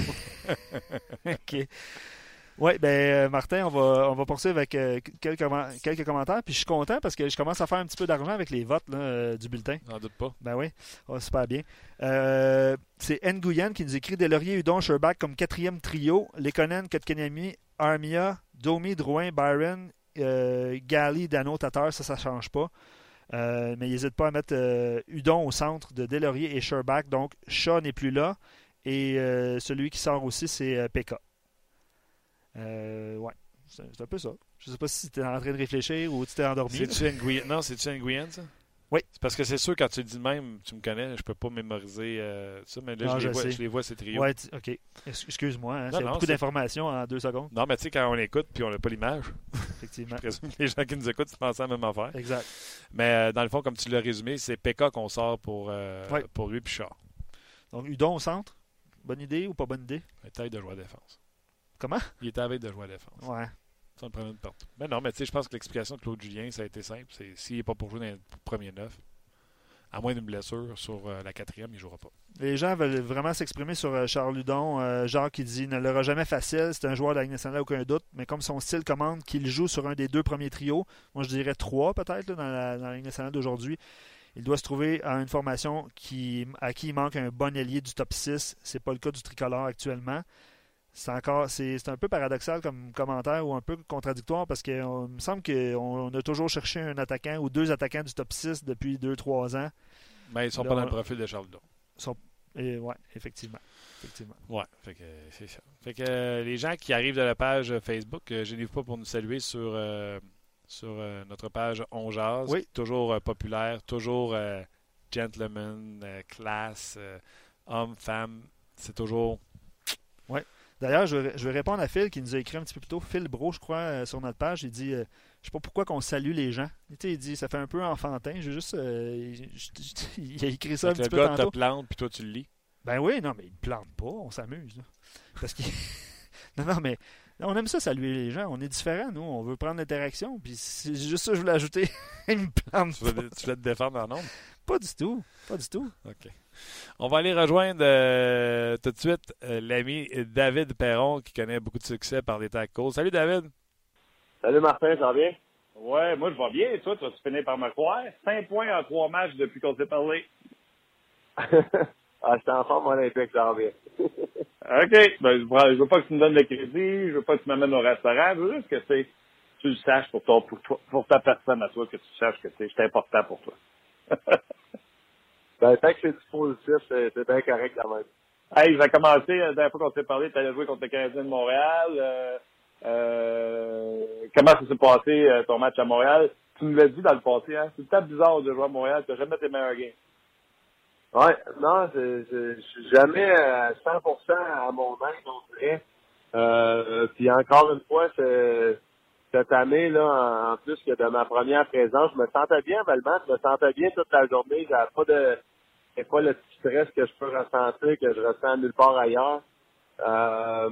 OK. Oui, ben euh, Martin, on va, on va poursuivre avec euh, quelques, comment- quelques commentaires. Puis je suis content parce que je commence à faire un petit peu d'argent avec les votes là, euh, du bulletin. J'en doute pas. Ben oui, oh, super bien. Euh, c'est Nguyen qui nous écrit Delaurier, Hudon, Sherbach comme quatrième trio. Lekonen, Kotkaniemi, Armia, Domi, Drouin, Byron, euh, Gali, Dano, Tatar. Ça, ça ne change pas. Euh, mais n'hésite pas à mettre euh, Hudon au centre de Delaurier et Sherbach. Donc, Shaw n'est plus là. Et euh, celui qui sort aussi, c'est euh, P K. Euh, ouais, c'est c'est un peu ça. Je sais pas si tu es en train de réfléchir ou tu t'es endormi. là. C'est-tu Nguyen? Non, c'est-tu Nguyen, ça? Oui. C'est parce que c'est sûr, quand tu le dis de même, tu me connais, je peux pas mémoriser euh, ça, mais là, Non, je, les je vois, sais. je les vois, ces trios. Ouais, tu- ok. Ex- Excuse-moi, hein, Non, c'est non, beaucoup c'est- d'informations en deux secondes. Non, mais tu sais, quand on écoute puis on n'a pas l'image, Effectivement. je présume que les gens qui nous écoutent, tu pensent à la même affaire. Exact. Mais euh, dans le fond, comme tu l'as résumé, c'est P K qu'on sort pour, euh, Ouais. pour lui puis Char. Donc, Hudon au centre. Bonne idée ou pas bonne idée? Il est à veille de jouer à défense. Comment? Il est à veille de jouer à défense. Ouais. Ça le promène de partout. Mais non, mais tu sais, je pense que l'explication de Claude Julien, ça a été simple. C'est s'il n'est pas pour jouer dans les premiers neuf, à moins d'une blessure sur euh, la quatrième, il ne jouera pas. Les gens veulent vraiment s'exprimer sur euh, Charles Hudon. Euh, Jacques qui dit ne l'aura jamais facile. C'est un joueur de la Ligue nationale, aucun doute. Mais comme son style commande qu'il joue sur un des deux premiers trios, moi je dirais trois peut-être là, dans, la, dans la Ligue nationale d'aujourd'hui, il doit se trouver à une formation qui, à qui il manque un bon ailier du top six. C'est pas le cas du tricolore actuellement. C'est encore, c'est, c'est un peu paradoxal comme commentaire ou un peu contradictoire parce qu'il me semble qu'on on a toujours cherché un attaquant ou deux attaquants du top six depuis deux trois ans. Mais ils ne sont Là, pas dans on- le profil de Charles Hudon. Sont- et, ouais, effectivement. effectivement. Ouais, fait que euh, c'est ça. Fait que euh, les gens qui arrivent de la page Facebook, euh, gênez-vous pas pour nous saluer sur, euh, sur euh, notre page On Jase. Oui. Toujours euh, populaire, toujours euh, gentleman, euh, classe, euh, homme, femme. C'est toujours. D'ailleurs, je, vais- je vais répondre à Phil qui nous a écrit un petit peu plus tôt. Phil Bro, je crois, euh, sur notre page. Il dit euh, je sais pas pourquoi qu'on salue les gens. Tu sais, il dit ça fait un peu enfantin. Je juste. euh, je- je- il a écrit ça un Fait que petit le peu gars tantôt. te plante, puis toi tu le lis. Ben oui, non, mais il ne plante pas. On s'amuse. là. Parce qu'il. non, non, mais. On aime ça saluer les gens. On est différents, nous. On veut prendre l'interaction. Puis c'est juste ça que je voulais ajouter. il me plante Tu pas. voulais, tu voulais te défendre en nombre? Pas du tout. Pas du tout. OK. On va aller rejoindre euh, tout de suite euh, l'ami David Perron qui connaît beaucoup de succès par les tacos. Salut David! Salut Martin, ça va bien? Ouais, moi je vais bien. Et toi, tu vas finir par me croire. Cinq points en trois matchs depuis qu'on s'est parlé. ah, j'étais en forme olympique, ça va bien. OK. Ben, je, prends- je veux pas que tu me donnes le crédit. Je veux pas que tu m'amènes au restaurant. Je veux juste que c'est, tu le saches pour, ton, pour, toi- pour ta personne à toi, que tu saches que c'est, c'est important pour toi. ben, tant que c'est du positif, c'est, c'est bien correct quand même. Hey, ça a commencé, la dernière fois qu'on s'est parlé, tu allais jouer contre le Canadien de Montréal. Euh, euh, comment ça s'est passé, euh, ton match à Montréal? Tu nous l'as dit dans le passé, hein? C'est tout le temps bizarre de jouer à Montréal. Tu n'as jamais tes meilleurs games. Ouais, non, je, je, je suis jamais à cent pour cent à mon aise, on dirait. Euh, puis encore une fois, c'est, cette année, là, en, en plus que de ma première présence, je me sentais bien, Valmont, je me sentais bien toute la journée. J'avais pas de, c'est pas le petit stress que je peux ressentir, que je ressens nulle part ailleurs. Euh,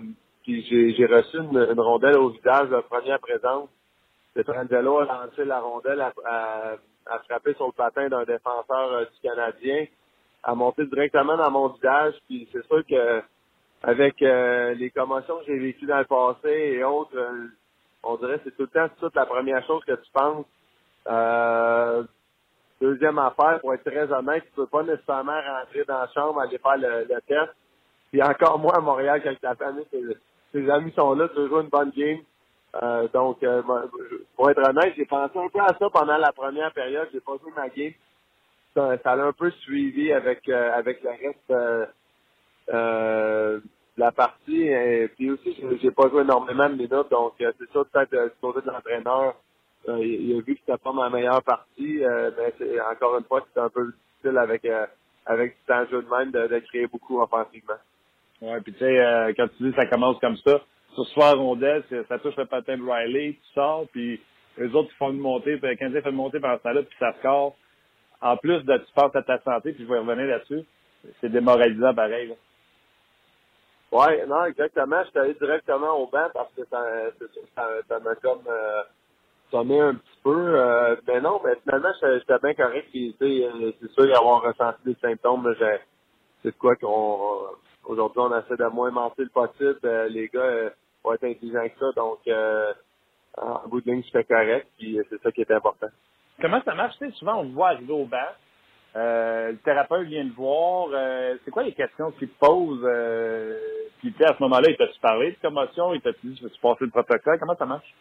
puis j'ai, j'ai reçu une, une rondelle au visage de première présence. Pietrangelo a lancé la rondelle à, à, à frapper sur le patin d'un défenseur euh, du Canadien, a monté directement dans mon visage, puis c'est sûr que avec euh, les commotions que j'ai vécues dans le passé et autres, euh, on dirait que c'est tout le temps toute la première chose que tu penses. Euh, deuxième affaire, pour être très honnête, tu peux pas nécessairement rentrer dans la chambre, aller faire le, le test. Puis encore moins à Montréal, quand la famille, ses, ses amis sont là, tu veux jouer une bonne game. Euh, donc, euh, pour être honnête, j'ai pensé un peu à ça pendant la première période. J'ai pas joué ma game. Ça, ça l'a un peu suivi avec euh, avec le reste euh, euh, de la partie. Et puis aussi, j'ai, j'ai pas joué énormément de minutes. Donc, euh, c'est sûr, peut-être euh, du côté de l'entraîneur, euh, il, il a vu que c'était pas ma meilleure partie. Euh, mais c'est, encore une fois, c'était un peu difficile avec euh, avec du temps de jeu de même de, de créer beaucoup offensivement. Ouais, puis tu sais, euh, quand tu dis que ça commence comme ça, sur ce soir rondelle, ça touche le patin de Riley, tu sors, puis eux autres, ils font une montée, puis le Canadien fait une montée pendant ce temps-là, puis ça score. En plus de tu penses à ta santé, puis je vais revenir là-dessus, c'est démoralisant pareil. Là. Ouais, non, exactement. Je suis allé directement au banc parce que ça, ça, ça m'a comme euh, sonné un petit peu. Euh, mais non, mais finalement, j'étais, j'étais bien correct. Puis, tu sais, euh, c'est sûr d'avoir ressenti des symptômes. Là, j'ai, c'est de quoi qu'on aujourd'hui on essaie de moins mentir le possible. Euh, les gars euh, vont être intelligents que ça. Donc euh, en bout de ligne, j'étais correct. Puis c'est ça qui est important. Comment ça marche? Tu sais, souvent on te voit arriver au banc. Euh, le thérapeute vient te voir. Euh, c'est quoi les questions qu'il te pose? Euh, puis tu sais, à ce moment-là, il t'a-tu parlé de commotion? Il t'a-tu dit, veux-tu passer le protocole? Comment ça marche?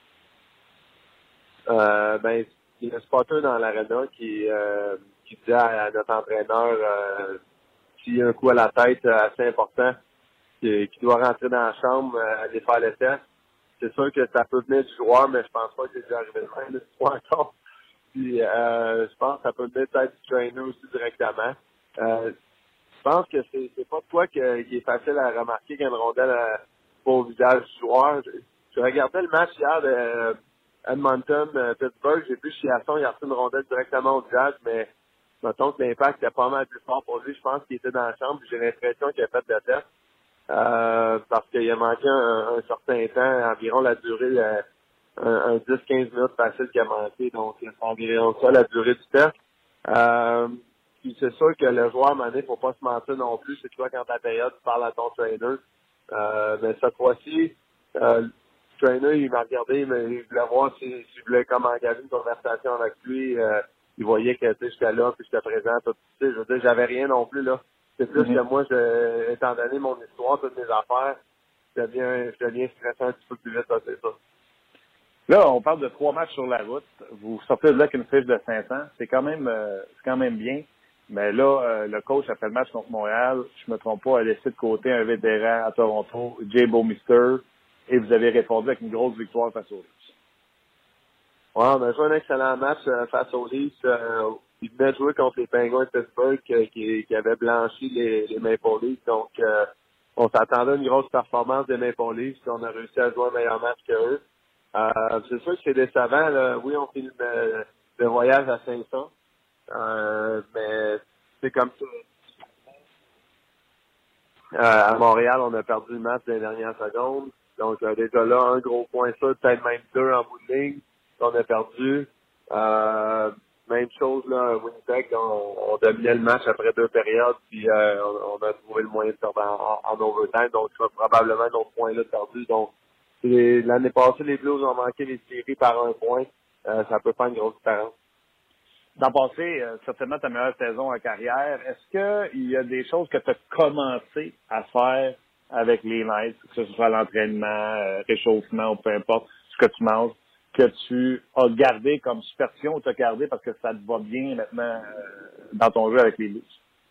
Euh, ben, il y a un spotter dans l'arena qui, euh, qui dit à, à notre entraîneur euh, s'il y a un coup à la tête euh, assez important, qui, qui doit rentrer dans la chambre, euh, aller faire le test. C'est sûr que ça peut venir du joueur, mais je pense pas que c'est déjà arrivé de même, là, c'est pas encore. Puis euh, je pense que ça peut venir peut-être du trainer aussi directement. Euh, je pense que c'est, c'est pas de quoi que, qui est facile à remarquer qu'une rondelle euh, pas au visage du joueur. Je, je regardais le match hier de euh, Edmonton, euh, Pittsburgh, j'ai vu Chiasson, il a reçu une rondelle directement au visage, mais mettons que l'impact était pas mal plus fort pour lui. Je pense qu'il était dans la chambre, j'ai l'impression qu'il a fait le test. Euh, parce qu'il a manqué un, un certain temps, environ la durée, euh, un, un dix à quinze minutes facile qu'il a manqué, donc c'est environ ça la durée du test. Euh, puis c'est sûr que le joueur, à un moment donné, faut pas se mentir non plus, c'est toi quand ta période, tu parles à ton trainer. Euh, mais cette fois-ci, euh, le trainer, il m'a regardé, mais il voulait voir si, si je voulais comme engager une conversation avec lui. Euh, il voyait que tu sais, j'étais là, puis j'étais présent, tout, tu sais, je veux dire, j'avais rien non plus, là. C'est plus Mm-hmm. que moi, je, étant donné mon histoire, toutes mes affaires, je deviens, je deviens stressant un petit peu plus vite, ça, c'est ça. Là, on parle de trois matchs sur la route. Vous sortez de là avec une fiche de cinq cents. C'est quand même, euh, c'est quand même bien. Mais là, euh, le coach, après le match contre Montréal, je me trompe pas, a laissé de côté un vétéran à Toronto, Jay Bouwmeester, et vous avez répondu avec une grosse victoire face aux Leafs. Ouais, on a joué un excellent match euh, face aux Leafs. Euh, ils venaient de jouer contre les Penguins de Pittsburgh euh, qui, qui avaient blanchi les, les Maple Leafs. Donc, euh, on s'attendait à une grosse performance des Maple Leafs. Puis on a réussi à jouer un meilleur match qu'eux. Euh, c'est sûr que c'est décevant. Là. Oui, on filme euh, le voyage à cinq cents. Euh, mais c'est comme ça. Euh, à Montréal, on a perdu le match dans les dernières secondes. Donc, euh, déjà là, un gros point ça, peut-être même deux en bout de ligne. On a perdu. Euh, même chose là, à Winnipeg, on, on dominait le match après deux périodes, puis euh, on, on a trouvé le moyen de perdre en, en, en overtime. Donc, ça probablement un autre point là perdu. Donc, les, l'année passée, les Blues ont manqué les séries par un point. Euh, ça peut faire une grosse différence. Dans le passé, euh, certainement ta meilleure saison en carrière. Est-ce qu'il y a des choses que tu as commencé à faire avec les Knights, que ce soit l'entraînement, euh, réchauffement ou peu importe ce que tu manges, que tu as gardé comme superstition ou tu as gardé parce que ça te va bien maintenant euh, dans ton jeu avec les Leafs?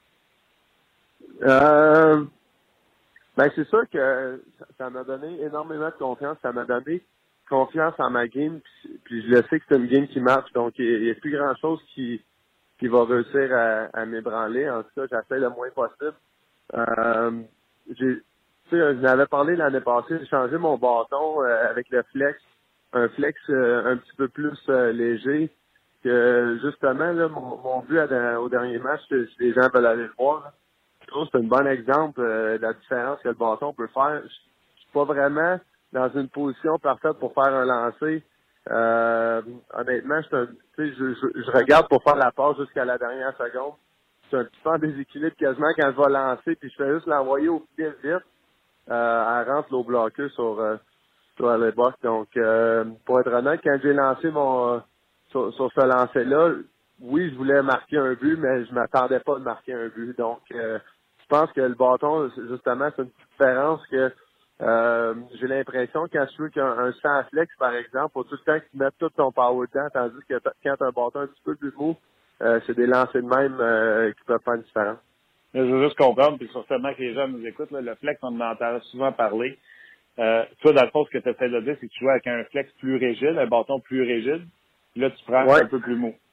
Euh, ben c'est sûr que ça, ça m'a donné énormément de confiance. Ça m'a donné confiance en ma game, puis, puis je le sais que c'est une game qui marche, donc il n'y a, a plus grand chose qui qui va réussir à, à m'ébranler. En tout cas, j'essaie le moins possible. Euh, j'ai, tu sais, je n'avais parlé l'année passée, j'ai changé mon bâton euh, avec le flex, un flex euh, un petit peu plus euh, léger, que justement là, mon, mon but à, au dernier match, si les gens veulent aller le voir, là, je trouve que c'est un bon exemple euh, de la différence que le bâton peut faire. pas vraiment dans une position parfaite pour faire un lancer. Euh, honnêtement, je, un, je, je, je regarde pour faire la passe jusqu'à la dernière seconde. Je suis un petit peu en déséquilibre quasiment quand je vais lancer, puis je fais juste l'envoyer au filet vite. Euh, elle rentre l'eau bloquée sur, euh, sur les box. Donc, euh, pour être honnête, quand j'ai lancé mon euh, sur, sur ce lancer-là, oui, je voulais marquer un but, mais je m'attendais pas de marquer un but. Donc, euh, je pense que le bâton, justement, c'est une petite différence que euh, j'ai l'impression quand tu veux qu'un un sans flex, par exemple, faut tout le temps que tu mettes tout ton power dedans, tandis que t- quand tu as un bâton un petit peu plus mou, euh, c'est des lancers de même euh, qui peuvent faire une différence. Mais je veux juste comprendre, puis certainement que les gens nous écoutent, là, le flex, on en entend souvent parler. Euh, toi, dans le fond, ce que tu essaies de dire, c'est que tu joues avec un flex plus rigide, un bâton plus rigide, puis là, tu prends Ouais. un peu plus mou.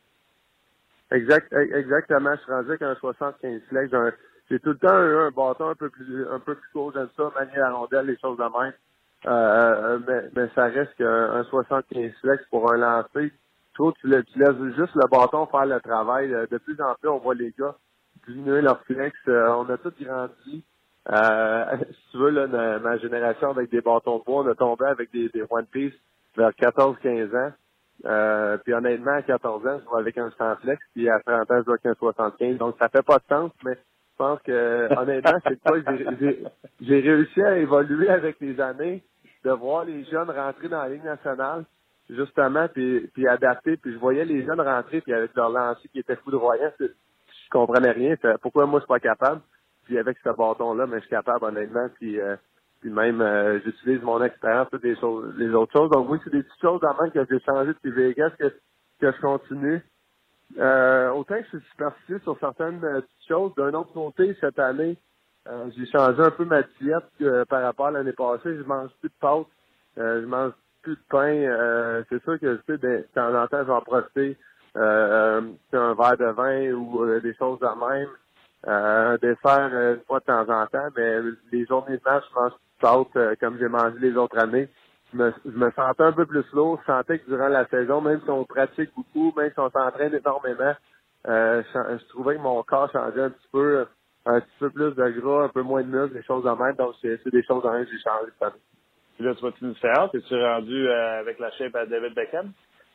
Exact, exactement. Je suis rendu avec un soixante-quinze flex. J'ai, un, j'ai tout le temps eu un bâton un peu plus un peu plus court, j'aime ça, manier la rondelle, les choses de même. Euh, mais, mais ça reste qu'un un soixante-quinze flex pour un lancer. Je trouve que tu, la- tu laisses juste le bâton faire le travail. De plus en plus, on voit les gars diminuer leur flex. Euh, on a tous grandi. Euh, si tu veux, là, ma, ma génération avec des bâtons de bois, on a tombé avec des, des One Piece vers quatorze quinze ans. Euh, puis honnêtement, à quatorze ans, je joue avec un cent flex, puis à trente ans, je joue avec un soixante-quinze. Donc, ça fait pas de sens, mais je pense que, honnêtement, c'est quoi, j'ai, j'ai, j'ai réussi à évoluer avec les années, de voir les jeunes rentrer dans la Ligue nationale, justement, puis, puis adapter. Puis je voyais les jeunes rentrer, puis avec leur lancer qui était foudroyant, c'est- je comprenais rien. C'est pourquoi moi, je suis pas capable. Puis avec ce bâton-là, mais je suis capable, honnêtement, puis... Euh, puis même, euh, j'utilise mon expérience, toutes les choses, les autres choses. Donc oui, c'est des petites choses vraiment que j'ai changé depuis Vegas, que, que je continue. Euh, autant que je suis superstitieux sur certaines euh, petites choses. D'un autre côté, cette année, euh, j'ai changé un peu ma diète euh, par rapport à l'année passée. Je mange plus de pâtes, euh, je mange plus de pain. Euh, c'est sûr que, tu sais, de temps en temps, je vais en profiter. Euh, un verre de vin ou euh, des choses de même. Euh, un dessert euh, une fois de temps en temps, mais les journées de match, je mange pâtes euh, comme j'ai mangé les autres années. Je me, je me sentais un peu plus lourd. Je sentais que durant la saison, même si on pratique beaucoup, même si on s'entraîne énormément, euh, je, je trouvais que mon corps changeait un petit peu, un petit peu plus de gras, un peu moins de muscles, des choses de même. Donc, c'est, c'est des choses de même que j'ai changé cette année. Puis là, tu vois-tu une différence? Es-tu rendu euh, avec la shape à David Beckham?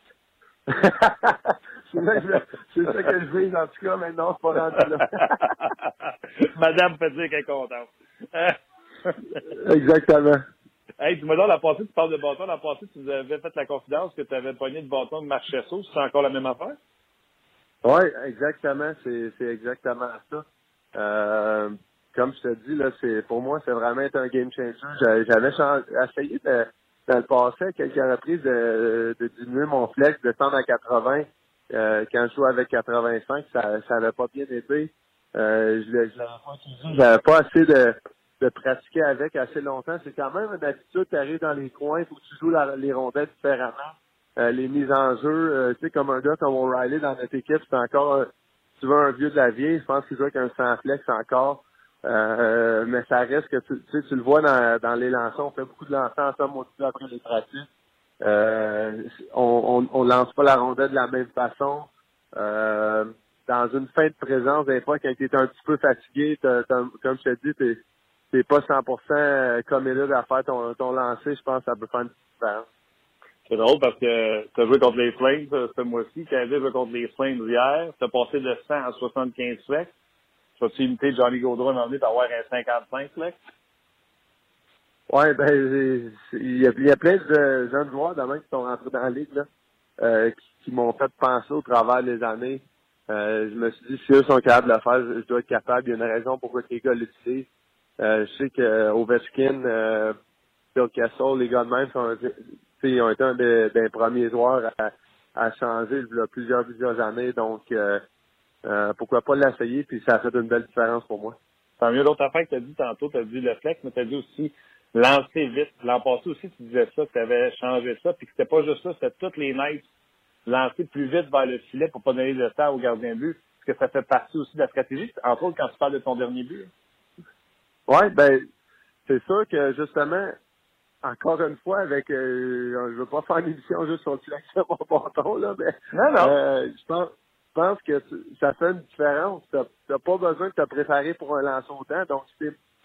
c'est, ça que je, c'est ça que je vise, en tout cas, mais non, c'est pas rendu là. Madame peut dire qu'elle est contente. Exactement. Hey, dis-moi donc, la passée, tu parles de bâton. La passée, tu nous avais fait la confidence que tu avais pogné le bâton de Marchesso. C'est encore la même affaire? Oui, exactement. C'est, c'est exactement ça. Euh, comme je te dis, là, c'est pour moi, c'est vraiment être un game changer. J'avais, j'avais changé, essayé de, dans le passé, à quelques reprises, de, de diminuer mon flex, de descendre à quatre-vingts. Euh, quand je jouais avec quatre-vingt-cinq, ça ça n'avait pas bien été. Euh, je l'ai- je l'avais pas utilisé. J'avais pas assez de, de pratiquer avec assez longtemps. C'est quand même une habitude, tu arrives dans les coins, il faut que tu joues la- les rondelles différemment. Euh, les mises en jeu, euh, tu sais, comme un gars comme O'Reilly dans notre équipe, c'est encore, euh, tu veux un vieux de la vieille, je pense qu'il joue avec un sans flex encore. Euh, mais ça reste que tu, tu sais, tu le vois dans, dans les lancers, on fait beaucoup de lancers ensemble au-dessus après les pratiques. Euh, on, on, on lance pas la rondelle de la même façon. Euh, dans une fin de présence, des fois, quand tu es un petit peu fatigué, t'as, t'as, comme je te dis, t'es, t'es pas cent pour cent committed à faire ton, ton lancer, je pense que ça peut faire une petite différence. C'est drôle parce que tu as joué contre les Flames euh, ce mois-ci. Tu avais joué contre les Flames hier. Tu as passé de cent à soixante-quinze flex. Tu vas-tu imiter Johnny Gaudreau à un moment donné d'avoir un cinquante-cinq flex? Ouais, ben, j'ai- il y, a, il y a plein de jeunes joueurs demain qui sont rentrés dans la ligue, là, euh, qui, qui m'ont fait penser au travers des années. Euh, je me suis dit, si eux sont capables de le faire, je, je dois être capable. Il y a une raison pourquoi les gars l'utilisent. Euh, je sais que euh, Ovechkin, euh, Bill Kessel, les gars de même, sont, tu sais, ils ont été un des, des premiers joueurs à, à changer il y a plusieurs, plusieurs années. Donc, euh, euh, pourquoi pas l'essayer, puis ça a fait une belle différence pour moi. Tant mieux, l'autre affaire que tu as dit tantôt, tu as dit le flex, mais tu as dit aussi lancer vite. L'an passé aussi, tu disais ça, que tu avais changé ça, puis que c'était pas juste ça, c'était toutes les nights. Lancer plus vite vers le filet pour pas donner le temps au gardien de but. Est-ce que ça fait partie aussi de la stratégie? Entre autres, quand tu parles de ton dernier but. Ouais, ben, c'est sûr que justement, encore une fois, avec euh, je veux pas faire une émission juste sur le flex de mon bâton, là, mais Non, non. euh, je pense je pense que tu- ça fait une différence. Tu n'as pas besoin de te préparer pour un lancer au temps. Donc, si tu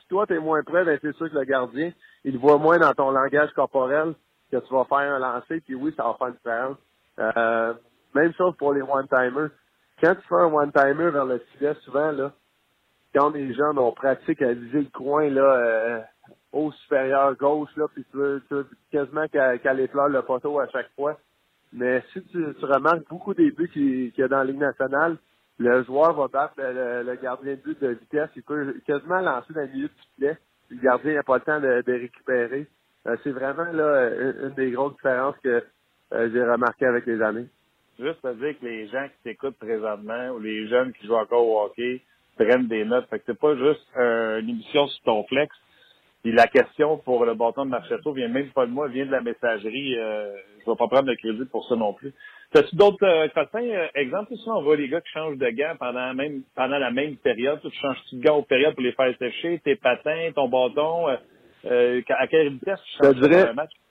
toi, tu es moins prêt, ben c'est sûr que le gardien, il voit moins dans ton langage corporel que tu vas faire un lancer, puis oui, ça va faire une différence. Euh, même chose pour les one-timers. Quand tu fais un one-timer vers le filet, souvent, là, quand les jeunes, on pratique à viser le coin, là, euh, au supérieur gauche, là, puis tu veux, tu veux quasiment qu'elle qu'elle effleure le poteau à chaque fois. Mais si tu, tu remarques beaucoup des buts qu'il qu'il y a dans la Ligue nationale, le joueur va battre le, le, le gardien de but de vitesse. Il peut quasiment lancer dans le milieu du filet. Le gardien n'a pas le temps de, de récupérer. Euh, c'est vraiment là une, une des grosses différences que euh, j'ai remarqué avec les années. Juste à dire que les gens qui t'écoutent présentement ou les jeunes qui jouent encore au hockey prennent des notes. Fait que c'est pas juste euh, une émission sur ton flex. Puis la question pour le bâton de Marchessault vient même pas de moi, vient de la messagerie. Euh, je vais pas prendre de crédit pour ça non plus. T'as-tu d'autres euh, façons? Euh, exemple, souvent on voit les gars qui changent de gants pendant même pendant la même période. Tu changes-tu de gants aux périodes pour les faire sécher, tes patins, ton bâton, euh, euh, à quelle vitesse tu changes dirais, pendant un match?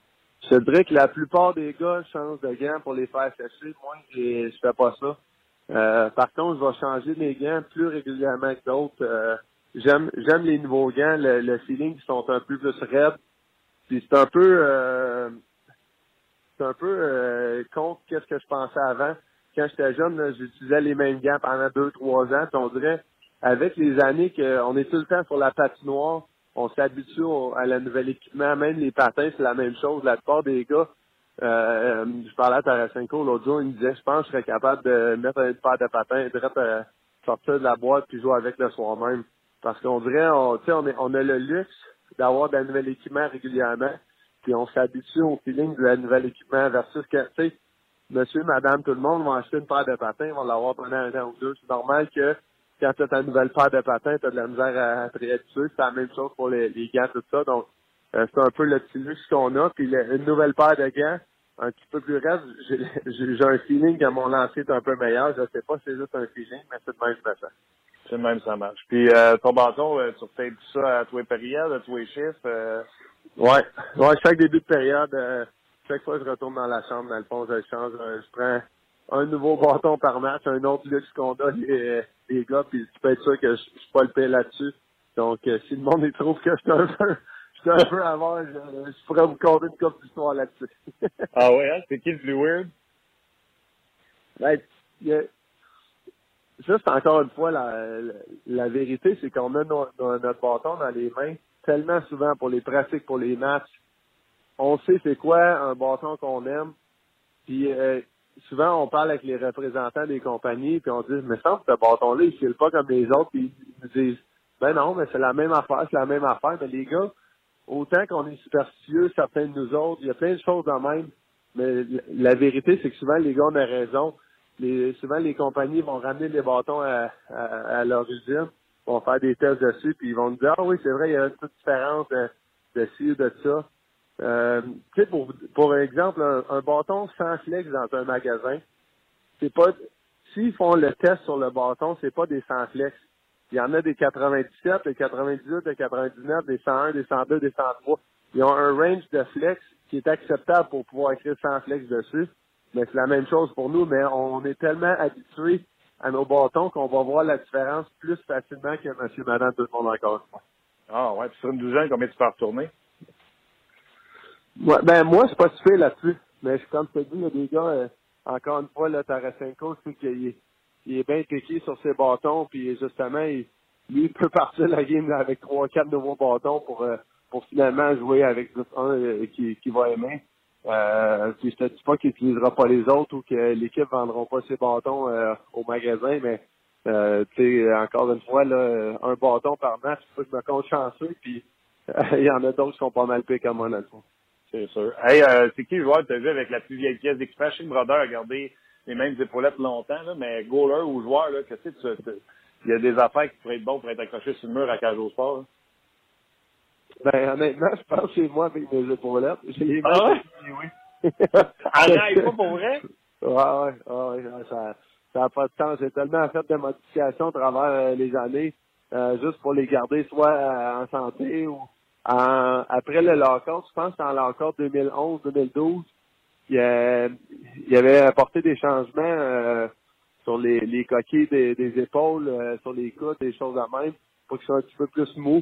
Je te dirais que la plupart des gars changent de gants pour les faire sécher. Moi, je je fais pas ça. Euh, par contre, je vais changer mes gants plus régulièrement que d'autres. Euh, j'aime j'aime les nouveaux gants, le, le feeling qui sont un peu plus raides. Puis c'est un peu euh, c'est un peu euh, contre qu'est-ce que je pensais avant. Quand j'étais jeune, là, j'utilisais les mêmes gants pendant deux, trois ans. Puis on dirait, avec les années qu'on est tout le temps sur la patinoire, on s'habitue au, à la nouvel équipement. Même les patins, c'est la même chose. La plupart des gars, euh, je parlais à Tarasenko l'autre jour, il me disait, je pense que je serais capable de mettre une paire de patins et de euh, sortir de la boîte puis jouer avec le soir même. Parce qu'on dirait, on, on, est, on a le luxe d'avoir de la nouvel équipement régulièrement, puis on s'habitue au feeling de la nouvel équipement versus que, tu sais, monsieur, madame, tout le monde va acheter une paire de patins, ils vont l'avoir pendant un an ou deux. C'est normal que quand tu as ta nouvelle paire de patins, tu as de la misère à, à te réhabituer. C'est la même chose pour les, les gants, tout ça. Donc, euh, c'est un peu le petit luxe qu'on a. Puis le, une nouvelle paire de gants, un petit peu plus reste, j'ai, j'ai, j'ai un feeling que mon lancer est un peu meilleur. Je sais pas si c'est juste un feeling, mais c'est de même que ça. C'est de même ça marche. Puis euh, ton bâton, euh, tu refais ça à tous les périodes, à tous les chiffres? Euh... Ouais. Ouais, chaque début de période, euh, chaque fois que je retourne dans la chambre, dans le fond, je change, euh, je prends un nouveau bâton par match, un autre luxe qu'on a les, les gars, puis tu peux être sûr que je, je suis pas le pire là-dessus. Donc, euh, si le monde il trouve que je suis un peu, je suis un peu avant, je, je pourrais vous conter une couple d'histoires là-dessus. Ah ouais, hein? C'est qui le plus weird? Ben, y a, juste encore une fois, la, la, la vérité, c'est qu'on a no, no, notre bâton dans les mains tellement souvent pour les pratiques, pour les matchs. On sait c'est quoi un bâton qu'on aime. Puis euh, souvent, on parle avec les représentants des compagnies, puis on dit, mais semble que ce bâton-là, il file pas comme les autres. Puis ils nous disent, ben non, mais c'est la même affaire, c'est la même affaire. Mais les gars, autant qu'on est superstitieux, certains de nous autres, il y a plein de choses en même. Mais la vérité, c'est que souvent, les gars ont raison. Les, souvent, les compagnies vont ramener les bâtons à, à, à leur usine, vont faire des tests dessus, puis ils vont nous dire, ah oui, c'est vrai, il y a une petite différence de, de ci ou de ça. Euh, tu sais, pour, pour exemple, un, un bâton sans flex dans un magasin, c'est pas, s'ils font le test sur le bâton, c'est pas des sans flex. Il y en a des quatre-vingt-dix-sept, des quatre-vingt-dix-huit, des quatre-vingt-dix-neuf, des cent un, des cent deux, des cent trois. Ils ont un range de flex qui est acceptable pour pouvoir écrire sans flex dessus. Mais c'est la même chose pour nous, mais on est tellement habitués à nos bâtons qu'on va voir la différence plus facilement que monsieur, madame, tout le monde encore. Ah ouais, puis sur une douzaine, combien tu peux retourner? Ouais, ben moi, c'est pas suffisant là-dessus. Mais comme je te dis, il y a des gars, euh, encore une fois, là, Tarasenko, c'est qu'il est, il est bien piqué sur ses bâtons, puis justement, il, lui, il peut partir la game là, avec trois, quatre nouveaux bâtons pour euh, pour finalement jouer avec juste un euh, qui, qui va aimer. Euh, puis je te dis pas qu'il utilisera pas les autres ou que l'équipe vendra pas ses bâtons euh, au magasin, mais euh, tu sais, encore une fois, là, un bâton par match, faut que je me compte chanceux, puis euh, il y en a d'autres qui sont pas mal pires que moi dans le fond. C'est sûr. Hey, euh, c'est qui le joueur que tu as vu avec la plus vieille pièce d'équipage? Chez le Brodeur a gardé les mêmes épaulettes longtemps, là, mais goaler ou joueur, là, que tu sais, il y a des affaires qui pourraient être bonnes pour être accrochées sur le mur à Cage au Sport. Là. Ben, honnêtement, je pense que c'est moi avec mes épaulettes. J'ai les mêmes. Ah ouais? Oui. Arrête pas pour vrai? Ouais, ouais, ouais, ouais, ça ça n'a pas de sens. J'ai tellement fait de modifications à travers euh, les années, euh, juste pour les garder soit euh, en santé ou en, après le lockout. Je pense que c'est en lockout deux mille onze deux mille douze. Il, euh, il avait apporté des changements euh, sur les, les coquilles des, des épaules, euh, sur les coudes, des choses à même, pour qu'ils soient un petit peu plus mous.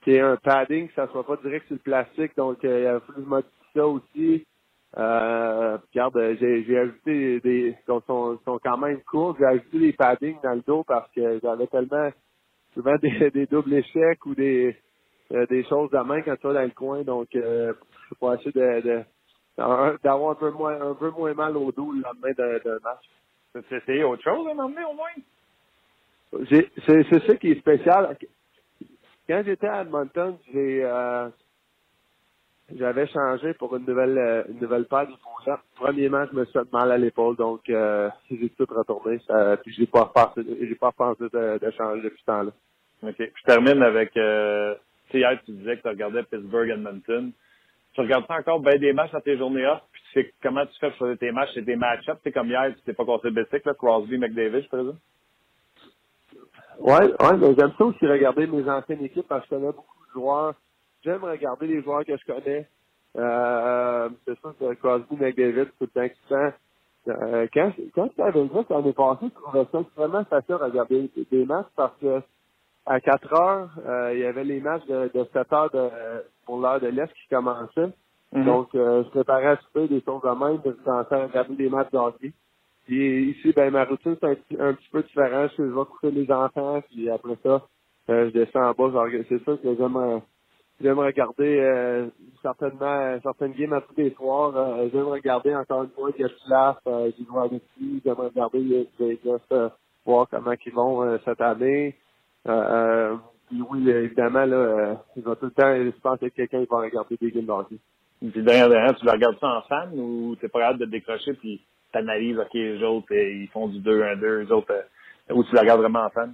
qu'il y ait un padding, que ça soit pas direct sur le plastique. Donc, euh, il a fallu que je modifie ça aussi. Euh, regarde, j'ai, j'ai ajouté des, donc sont, sont quand même courts. J'ai ajouté des paddings dans le dos parce que j'avais tellement souvent des, des doubles échecs ou des, euh, des choses de main quand tu vas dans le coin. Donc, euh, pour essayer de, de, d'avoir un peu moins, un peu moins mal au dos le lendemain d'un, d'un match. Tu as essayé autre chose à un moment donné, au moins? J'ai, c'est, c'est ça qui est spécial. Quand j'étais à Edmonton, j'ai, euh, j'avais changé pour une nouvelle, euh, une nouvelle paire d'épaulettes. Premièrement, je me suis fait mal à l'épaule, donc euh, j'ai tout retourné. Ça, puis j'ai pas repensé, j'ai pas pensé de, de changer depuis ce temps-là. OK. Je termine avec, euh, tu sais, hier, tu disais que tu regardais Pittsburgh-Edmonton. Tu regardes ça encore bien des matchs dans tes journées off, puis tu sais comment tu fais pour choisir tes matchs, c'est des match-ups, c'est comme hier, tu t'es pas cassé le bicycle, là, Crosby, McDavid, je présume? Ouais, ouais, mais j'aime ça aussi regarder mes anciennes équipes parce que je connais beaucoup de joueurs. J'aime regarder les joueurs que je connais. Euh, c'est sûr que Crosby, McDavid, tout le temps excitant. Euh, quand, quand tu avais ça l'année passée, je trouvais ça extrêmement facile à regarder des matchs parce que à quatre heures, euh, il y avait les matchs de, de sept heures de, pour l'heure de l'Est qui commençaient. Mm-hmm. Donc, euh, je préparais à souper des choses de même, de commencer à regarder des matchs de hockey. Puis ici, ben ma routine, c'est un, petit, un petit peu différent. Je vais coucher les enfants, puis après ça, euh, je descends en bas. Genre, c'est sûr que j'aime, euh, j'aime regarder euh, certainement certaines games à tous les soirs. Euh, j'aime regarder encore une fois Gatulaff, euh, j'ai joué avec lui. J'aime regarder les Vegas, euh, voir comment ils vont euh, cette année. Euh, euh, puis oui, évidemment, là, euh, il va tout le temps, je pense que quelqu'un il va regarder des games de hockey. Puis derrière, derrière, tu le regardes ça en fan ou t'es pas capable de te décrocher puis t'analyses, OK, les autres, ils font du deux un deux, les autres, euh, ou tu la regardes vraiment en fan?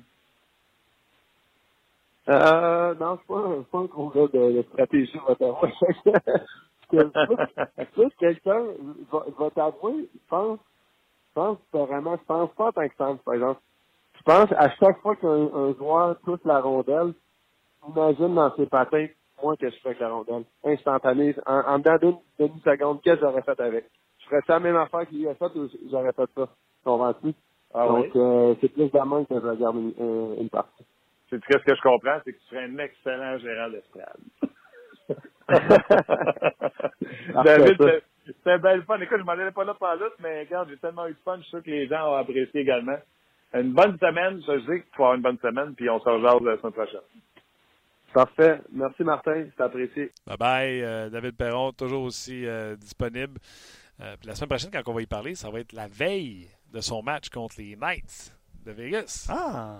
Euh, non, c'est pas, c'est pas un gros gars de, de stratégie, va t'avouer. Plus quelqu'un va, va t'avouer, je pense, je pense vraiment, je pense pas en tant que fan, par exemple. Je pense, à chaque fois qu'un un joueur touche la rondelle, imagine dans ses patins, moi, que je fais avec la rondelle. Instantané, en, en dedans d'une demi-seconde, qu'est-ce que j'aurais fait avec? Je ferais ça la même affaire qu'il a fait ou j'aurais fait ça. Comprends-tu? Ah, donc, oui? euh, c'est plus de la main que je regarde une, une, une partie. C'est ce que je comprends, c'est que tu serais un excellent gérant d'estrade. David, c'est, c'est belle fun. Écoute, je m'en allais pas là par l'autre, mais regarde, j'ai tellement eu de fun, je suis sûr que les gens ont apprécié également. Une bonne semaine, je sais que tu vas avoir une bonne semaine, puis on se rejoint la semaine prochaine. Parfait. Merci, Martin. C'est apprécié. Bye-bye. Euh, David Perron, toujours aussi euh, disponible. Euh, puis la semaine prochaine, quand on va y parler, ça va être la veille de son match contre les Knights de Vegas. Ah!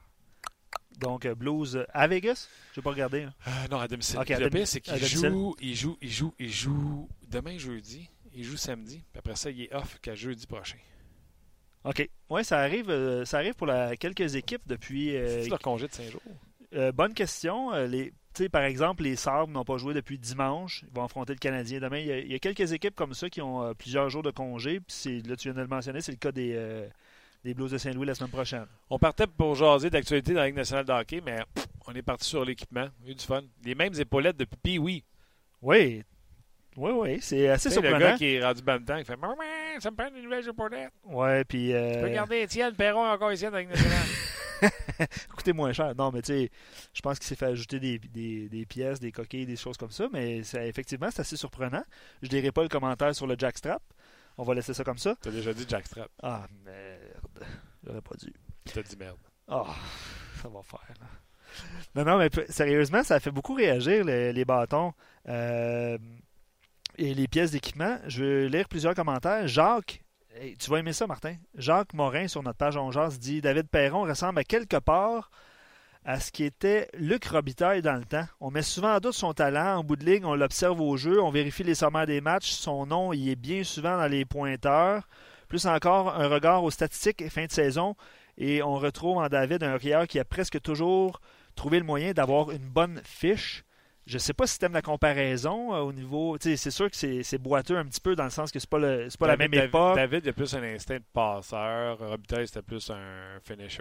Donc, Blues à Vegas? Je n'ai pas regardé. Hein. Euh, non, à domicile. Okay, le pire, c'est qu'il joue, il joue, il joue, il joue demain jeudi, il joue samedi, puis après ça, il est off qu'à jeudi prochain. OK. Oui, ça arrive, euh, ça arrive pour la, quelques équipes depuis... Euh, c'est leur congé de cinq jours. Euh, bonne question. Euh, les, par exemple, les Sabres n'ont pas joué depuis dimanche. Ils vont affronter le Canadien demain. Il y a, il y a quelques équipes comme ça qui ont euh, plusieurs jours de congé. Puis c'est, là, tu viens de le mentionner, c'est le cas des, euh, des Blues de Saint-Louis la semaine prochaine. On partait pour jaser d'actualité dans la Ligue nationale de hockey, mais pff, on est parti sur l'équipement. Il y a eu du fun. Les mêmes épaulettes depuis Pee-Wee. Oui. Oui, oui. C'est assez t'sais, surprenant. Le gars qui est rendu bantam, il fait « Maman, ça me prend une nouvelle épaulettes. » Ouais, puis... Euh... Tu peux regarder Étienne Perron encore ici dans la Ligue nationale. Coûter moins cher. Non, mais tu sais, je pense qu'il s'est fait ajouter des, des, des pièces, des coquilles, des choses comme ça, mais ça, effectivement, c'est assez surprenant. Je ne dirai pas le commentaire sur le jackstrap. On va laisser ça comme ça. Tu as déjà dit jackstrap. Ah, merde. J'aurais pas dû. Tu as dit merde. Ah, oh, ça va faire. Là. Non, non, mais sérieusement, ça fait beaucoup réagir, les, les bâtons euh, et les pièces d'équipement. Je vais lire plusieurs commentaires. Jacques... Hey, tu vas aimer ça, Martin. Jacques Morin, sur notre page On Jase, dit « David Perron ressemble à quelque part à ce qui était Luc Robitaille dans le temps. On met souvent en doute son talent. En bout de ligne, on l'observe au jeu. On vérifie les sommaires des matchs. Son nom y est bien souvent dans les pointeurs. Plus encore, un regard aux statistiques et fin de saison. Et on retrouve en David un rieur qui a presque toujours trouvé le moyen d'avoir une bonne fiche. » Je ne sais pas si tu aimes la comparaison euh, au niveau... C'est sûr que c'est, c'est boiteux un petit peu dans le sens que c'est pas, le, c'est pas David, la même époque. David, il a plus un instinct de passeur. Robitaille, c'était plus un finisher.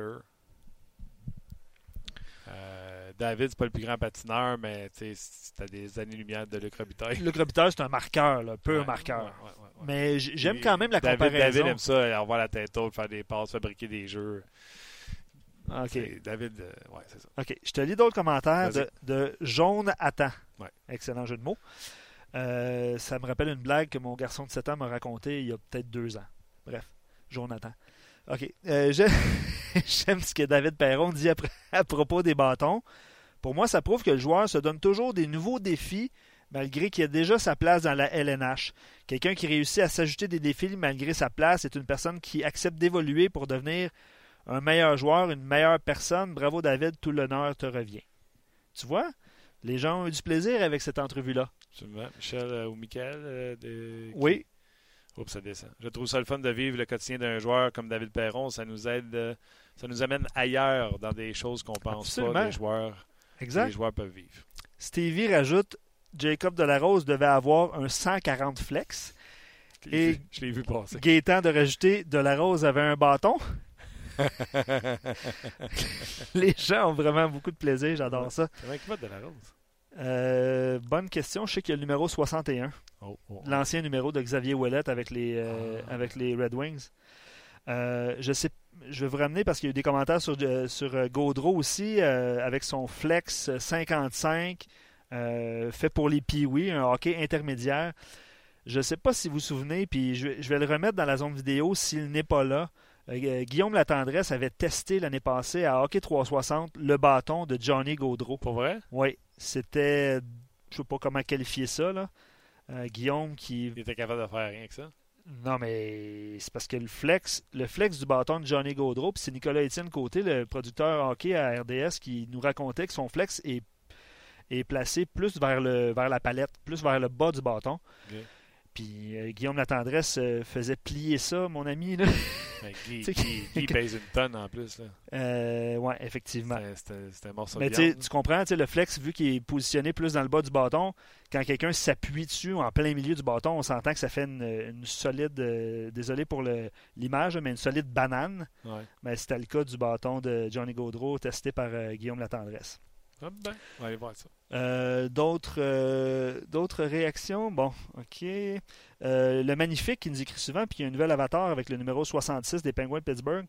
Euh, David, c'est pas le plus grand patineur, mais c'était des années-lumière de Luc Robitaille. Luc Robitaille, c'est un marqueur, là, peu ouais, marqueur. Ouais, ouais, ouais, ouais. Mais j'aime quand même la David, comparaison. David aime ça, avoir la tête haute, faire des passes, fabriquer des jeux. OK. C'est David, euh, ouais, c'est ça. OK. Je te lis d'autres commentaires Vas-y. de, de Jaune Attend. Ouais. Excellent jeu de mots. Euh, ça me rappelle une blague que mon garçon de sept ans m'a racontée il y a peut-être deux ans. Bref, Jaune Attend. OK. Euh, je- J'aime ce que David Perron dit après- à propos des bâtons. Pour moi, ça prouve que le joueur se donne toujours des nouveaux défis malgré qu'il a déjà sa place dans la L N H. Quelqu'un qui réussit à s'ajouter des défis malgré sa place est une personne qui accepte d'évoluer pour devenir un meilleur joueur, une meilleure personne. Bravo David, tout l'honneur te revient. Tu vois, les gens ont eu du plaisir avec cette entrevue-là. Absolument. Michel euh, ou Michael? euh, de- Oui, Oups, ça descend. Je trouve ça le fun de vivre le quotidien d'un joueur comme David Perron. Ça nous aide, euh, ça nous amène ailleurs dans des choses qu'on pense Absolument. pas les joueurs, que exact. les joueurs peuvent vivre. Stevie rajoute, Jacob Delarose devait avoir un cent quarante flex. Je l'ai Et vu- je l'ai vu passer. Gaétan de rajouter, Delarose avait un bâton. Les gens ont vraiment beaucoup de plaisir, j'adore ça. Comment il va de la rose? Euh, bonne question, je sais qu'il y a le numéro soixante et un. Oh, oh. L'ancien numéro de Xavier Ouellet avec les, euh, Ah. avec les Red Wings. Euh, je sais, je vais vous ramener parce qu'il y a eu des commentaires sur, euh, sur euh, Gaudreau aussi, euh, avec son flex cinquante-cinq, euh, fait pour les Pee-Wee, un hockey intermédiaire. Je ne sais pas si vous vous souvenez, puis je, vais- je vais le remettre dans la zone vidéo s'il n'est pas là. Euh, Guillaume Latendresse avait testé l'année passée à Hockey trois cent soixante le bâton de Johnny Gaudreau. Pour vrai? Oui, c'était, je sais pas comment qualifier ça, là. Euh, Guillaume qui... Il était capable de faire rien que ça? Non, mais c'est parce que le flex, le flex du bâton de Johnny Gaudreau, puis c'est Nicolas-Étienne Côté, le producteur hockey à R D S, qui nous racontait que son flex est, est placé plus vers, le, vers la palette, plus vers le bas du bâton. Ok. Puis euh, Guillaume Latendresse euh, faisait plier ça, mon ami. Là. Ben, Guy, Tu sais, Guy- Guy pèse une tonne en plus. Là. Euh, ouais, effectivement. C'était- C'était c'était un morceau Mais de tu sais, viande. tu comprends, tu sais, le flex, vu qu'il est positionné plus dans le bas du bâton, quand quelqu'un s'appuie dessus en plein milieu du bâton, on s'entend que ça fait une, une solide, euh, désolé pour le- l'image, mais une solide banane. Ouais. Mais c'était le cas du bâton de Johnny Gaudreau testé par euh, Guillaume Latendresse. Ah ben, on va aller voir ça. Euh, d'autres, euh, d'autres réactions? Bon, OK. Euh, le Magnifique qui nous écrit souvent, puis il y a un nouvel avatar avec le numéro soixante-six des Penguins de Pittsburgh.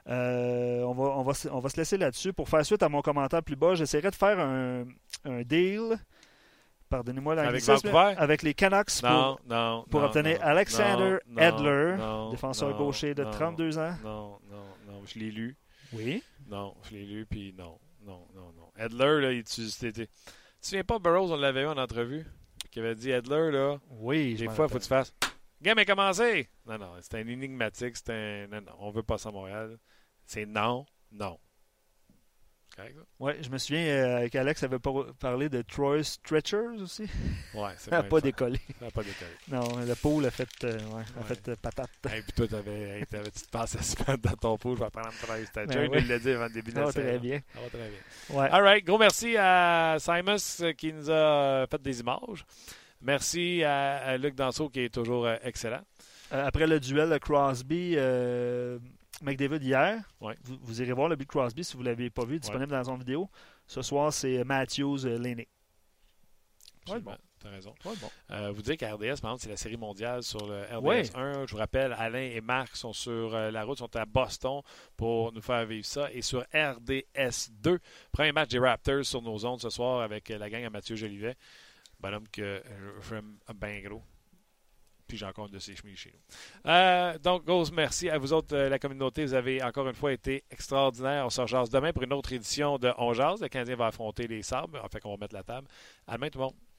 Euh, on, va, on, va, se- on va se laisser là-dessus. Pour faire suite à mon commentaire plus bas, j'essaierai de faire un, un deal, pardonnez-moi Avec l'anglicisme, Vancouver? avec les Canucks Non, pour, non. pour non, obtenir non, Alexander non, Edler, non, défenseur non, gaucher de non, trente-deux ans. Non, non, non. Je l'ai lu. Oui. Non, je l'ai lu, puis non. Non, non, non. Edler, là, il tu c'était- Tu te souviens pas, Burroughs, on l'avait eu en entrevue, qui avait dit Edler, là, Oui, je des m'en fois, il faut rappelle. que tu fasses Game est commencé! Non, non, c'est un énigmatique, c'est un. Non, non, on veut pas ça à Montréal. C'est non, non. C'est correct, ça? Ouais, je me souviens euh, qu'Alex avait par- parlé de Troy Stretchers aussi. Ouais, c'est Ça n'a même pas ça. décollé. Ça n'a pas décollé. Non, le pot l'a fait, euh, ouais, a Ouais. fait euh, patate. Et puis toi, t'avais, hey, t'avais, tu te pensais à se mettre dans ton pot, je vais prendre un travail. C'était Ben John, oui. il l'a dit avant le début de Ça la va saison. très bien. Ça va très bien. Ouais. All right, gros merci à Simus euh, qui nous a euh, fait des images. Merci à, à Luc Danseau qui est toujours euh, excellent. Euh, après le duel de Crosby, euh, McDavid hier, Ouais. vous, vous irez voir le but de Crosby si vous ne l'avez pas vu, disponible dans la zone vidéo. Ce soir, c'est Matthews euh, Laney. Ouais, Absolument, t'as raison. Ouais, bon. Euh, vous dire qu'à R D S, par exemple, c'est la série mondiale sur le R D S Ouais. un. Je vous rappelle, Alain et Marc sont sur euh, la route, sont à Boston pour nous faire vivre ça. Et sur R D S deux, premier match des Raptors sur nos ondes ce soir avec euh, la gang à Mathieu Jolivet. Bonhomme que euh, j'aime bien gros. Puis j'ai encore une de ses chemises chez nous. Euh, donc, gros merci à vous autres, euh, la communauté. Vous avez encore une fois été extraordinaires. On se rejase demain pour une autre édition de On Jase. Le Canadien va affronter les Sabres. En fait, on va mettre la table. À demain, tout le monde.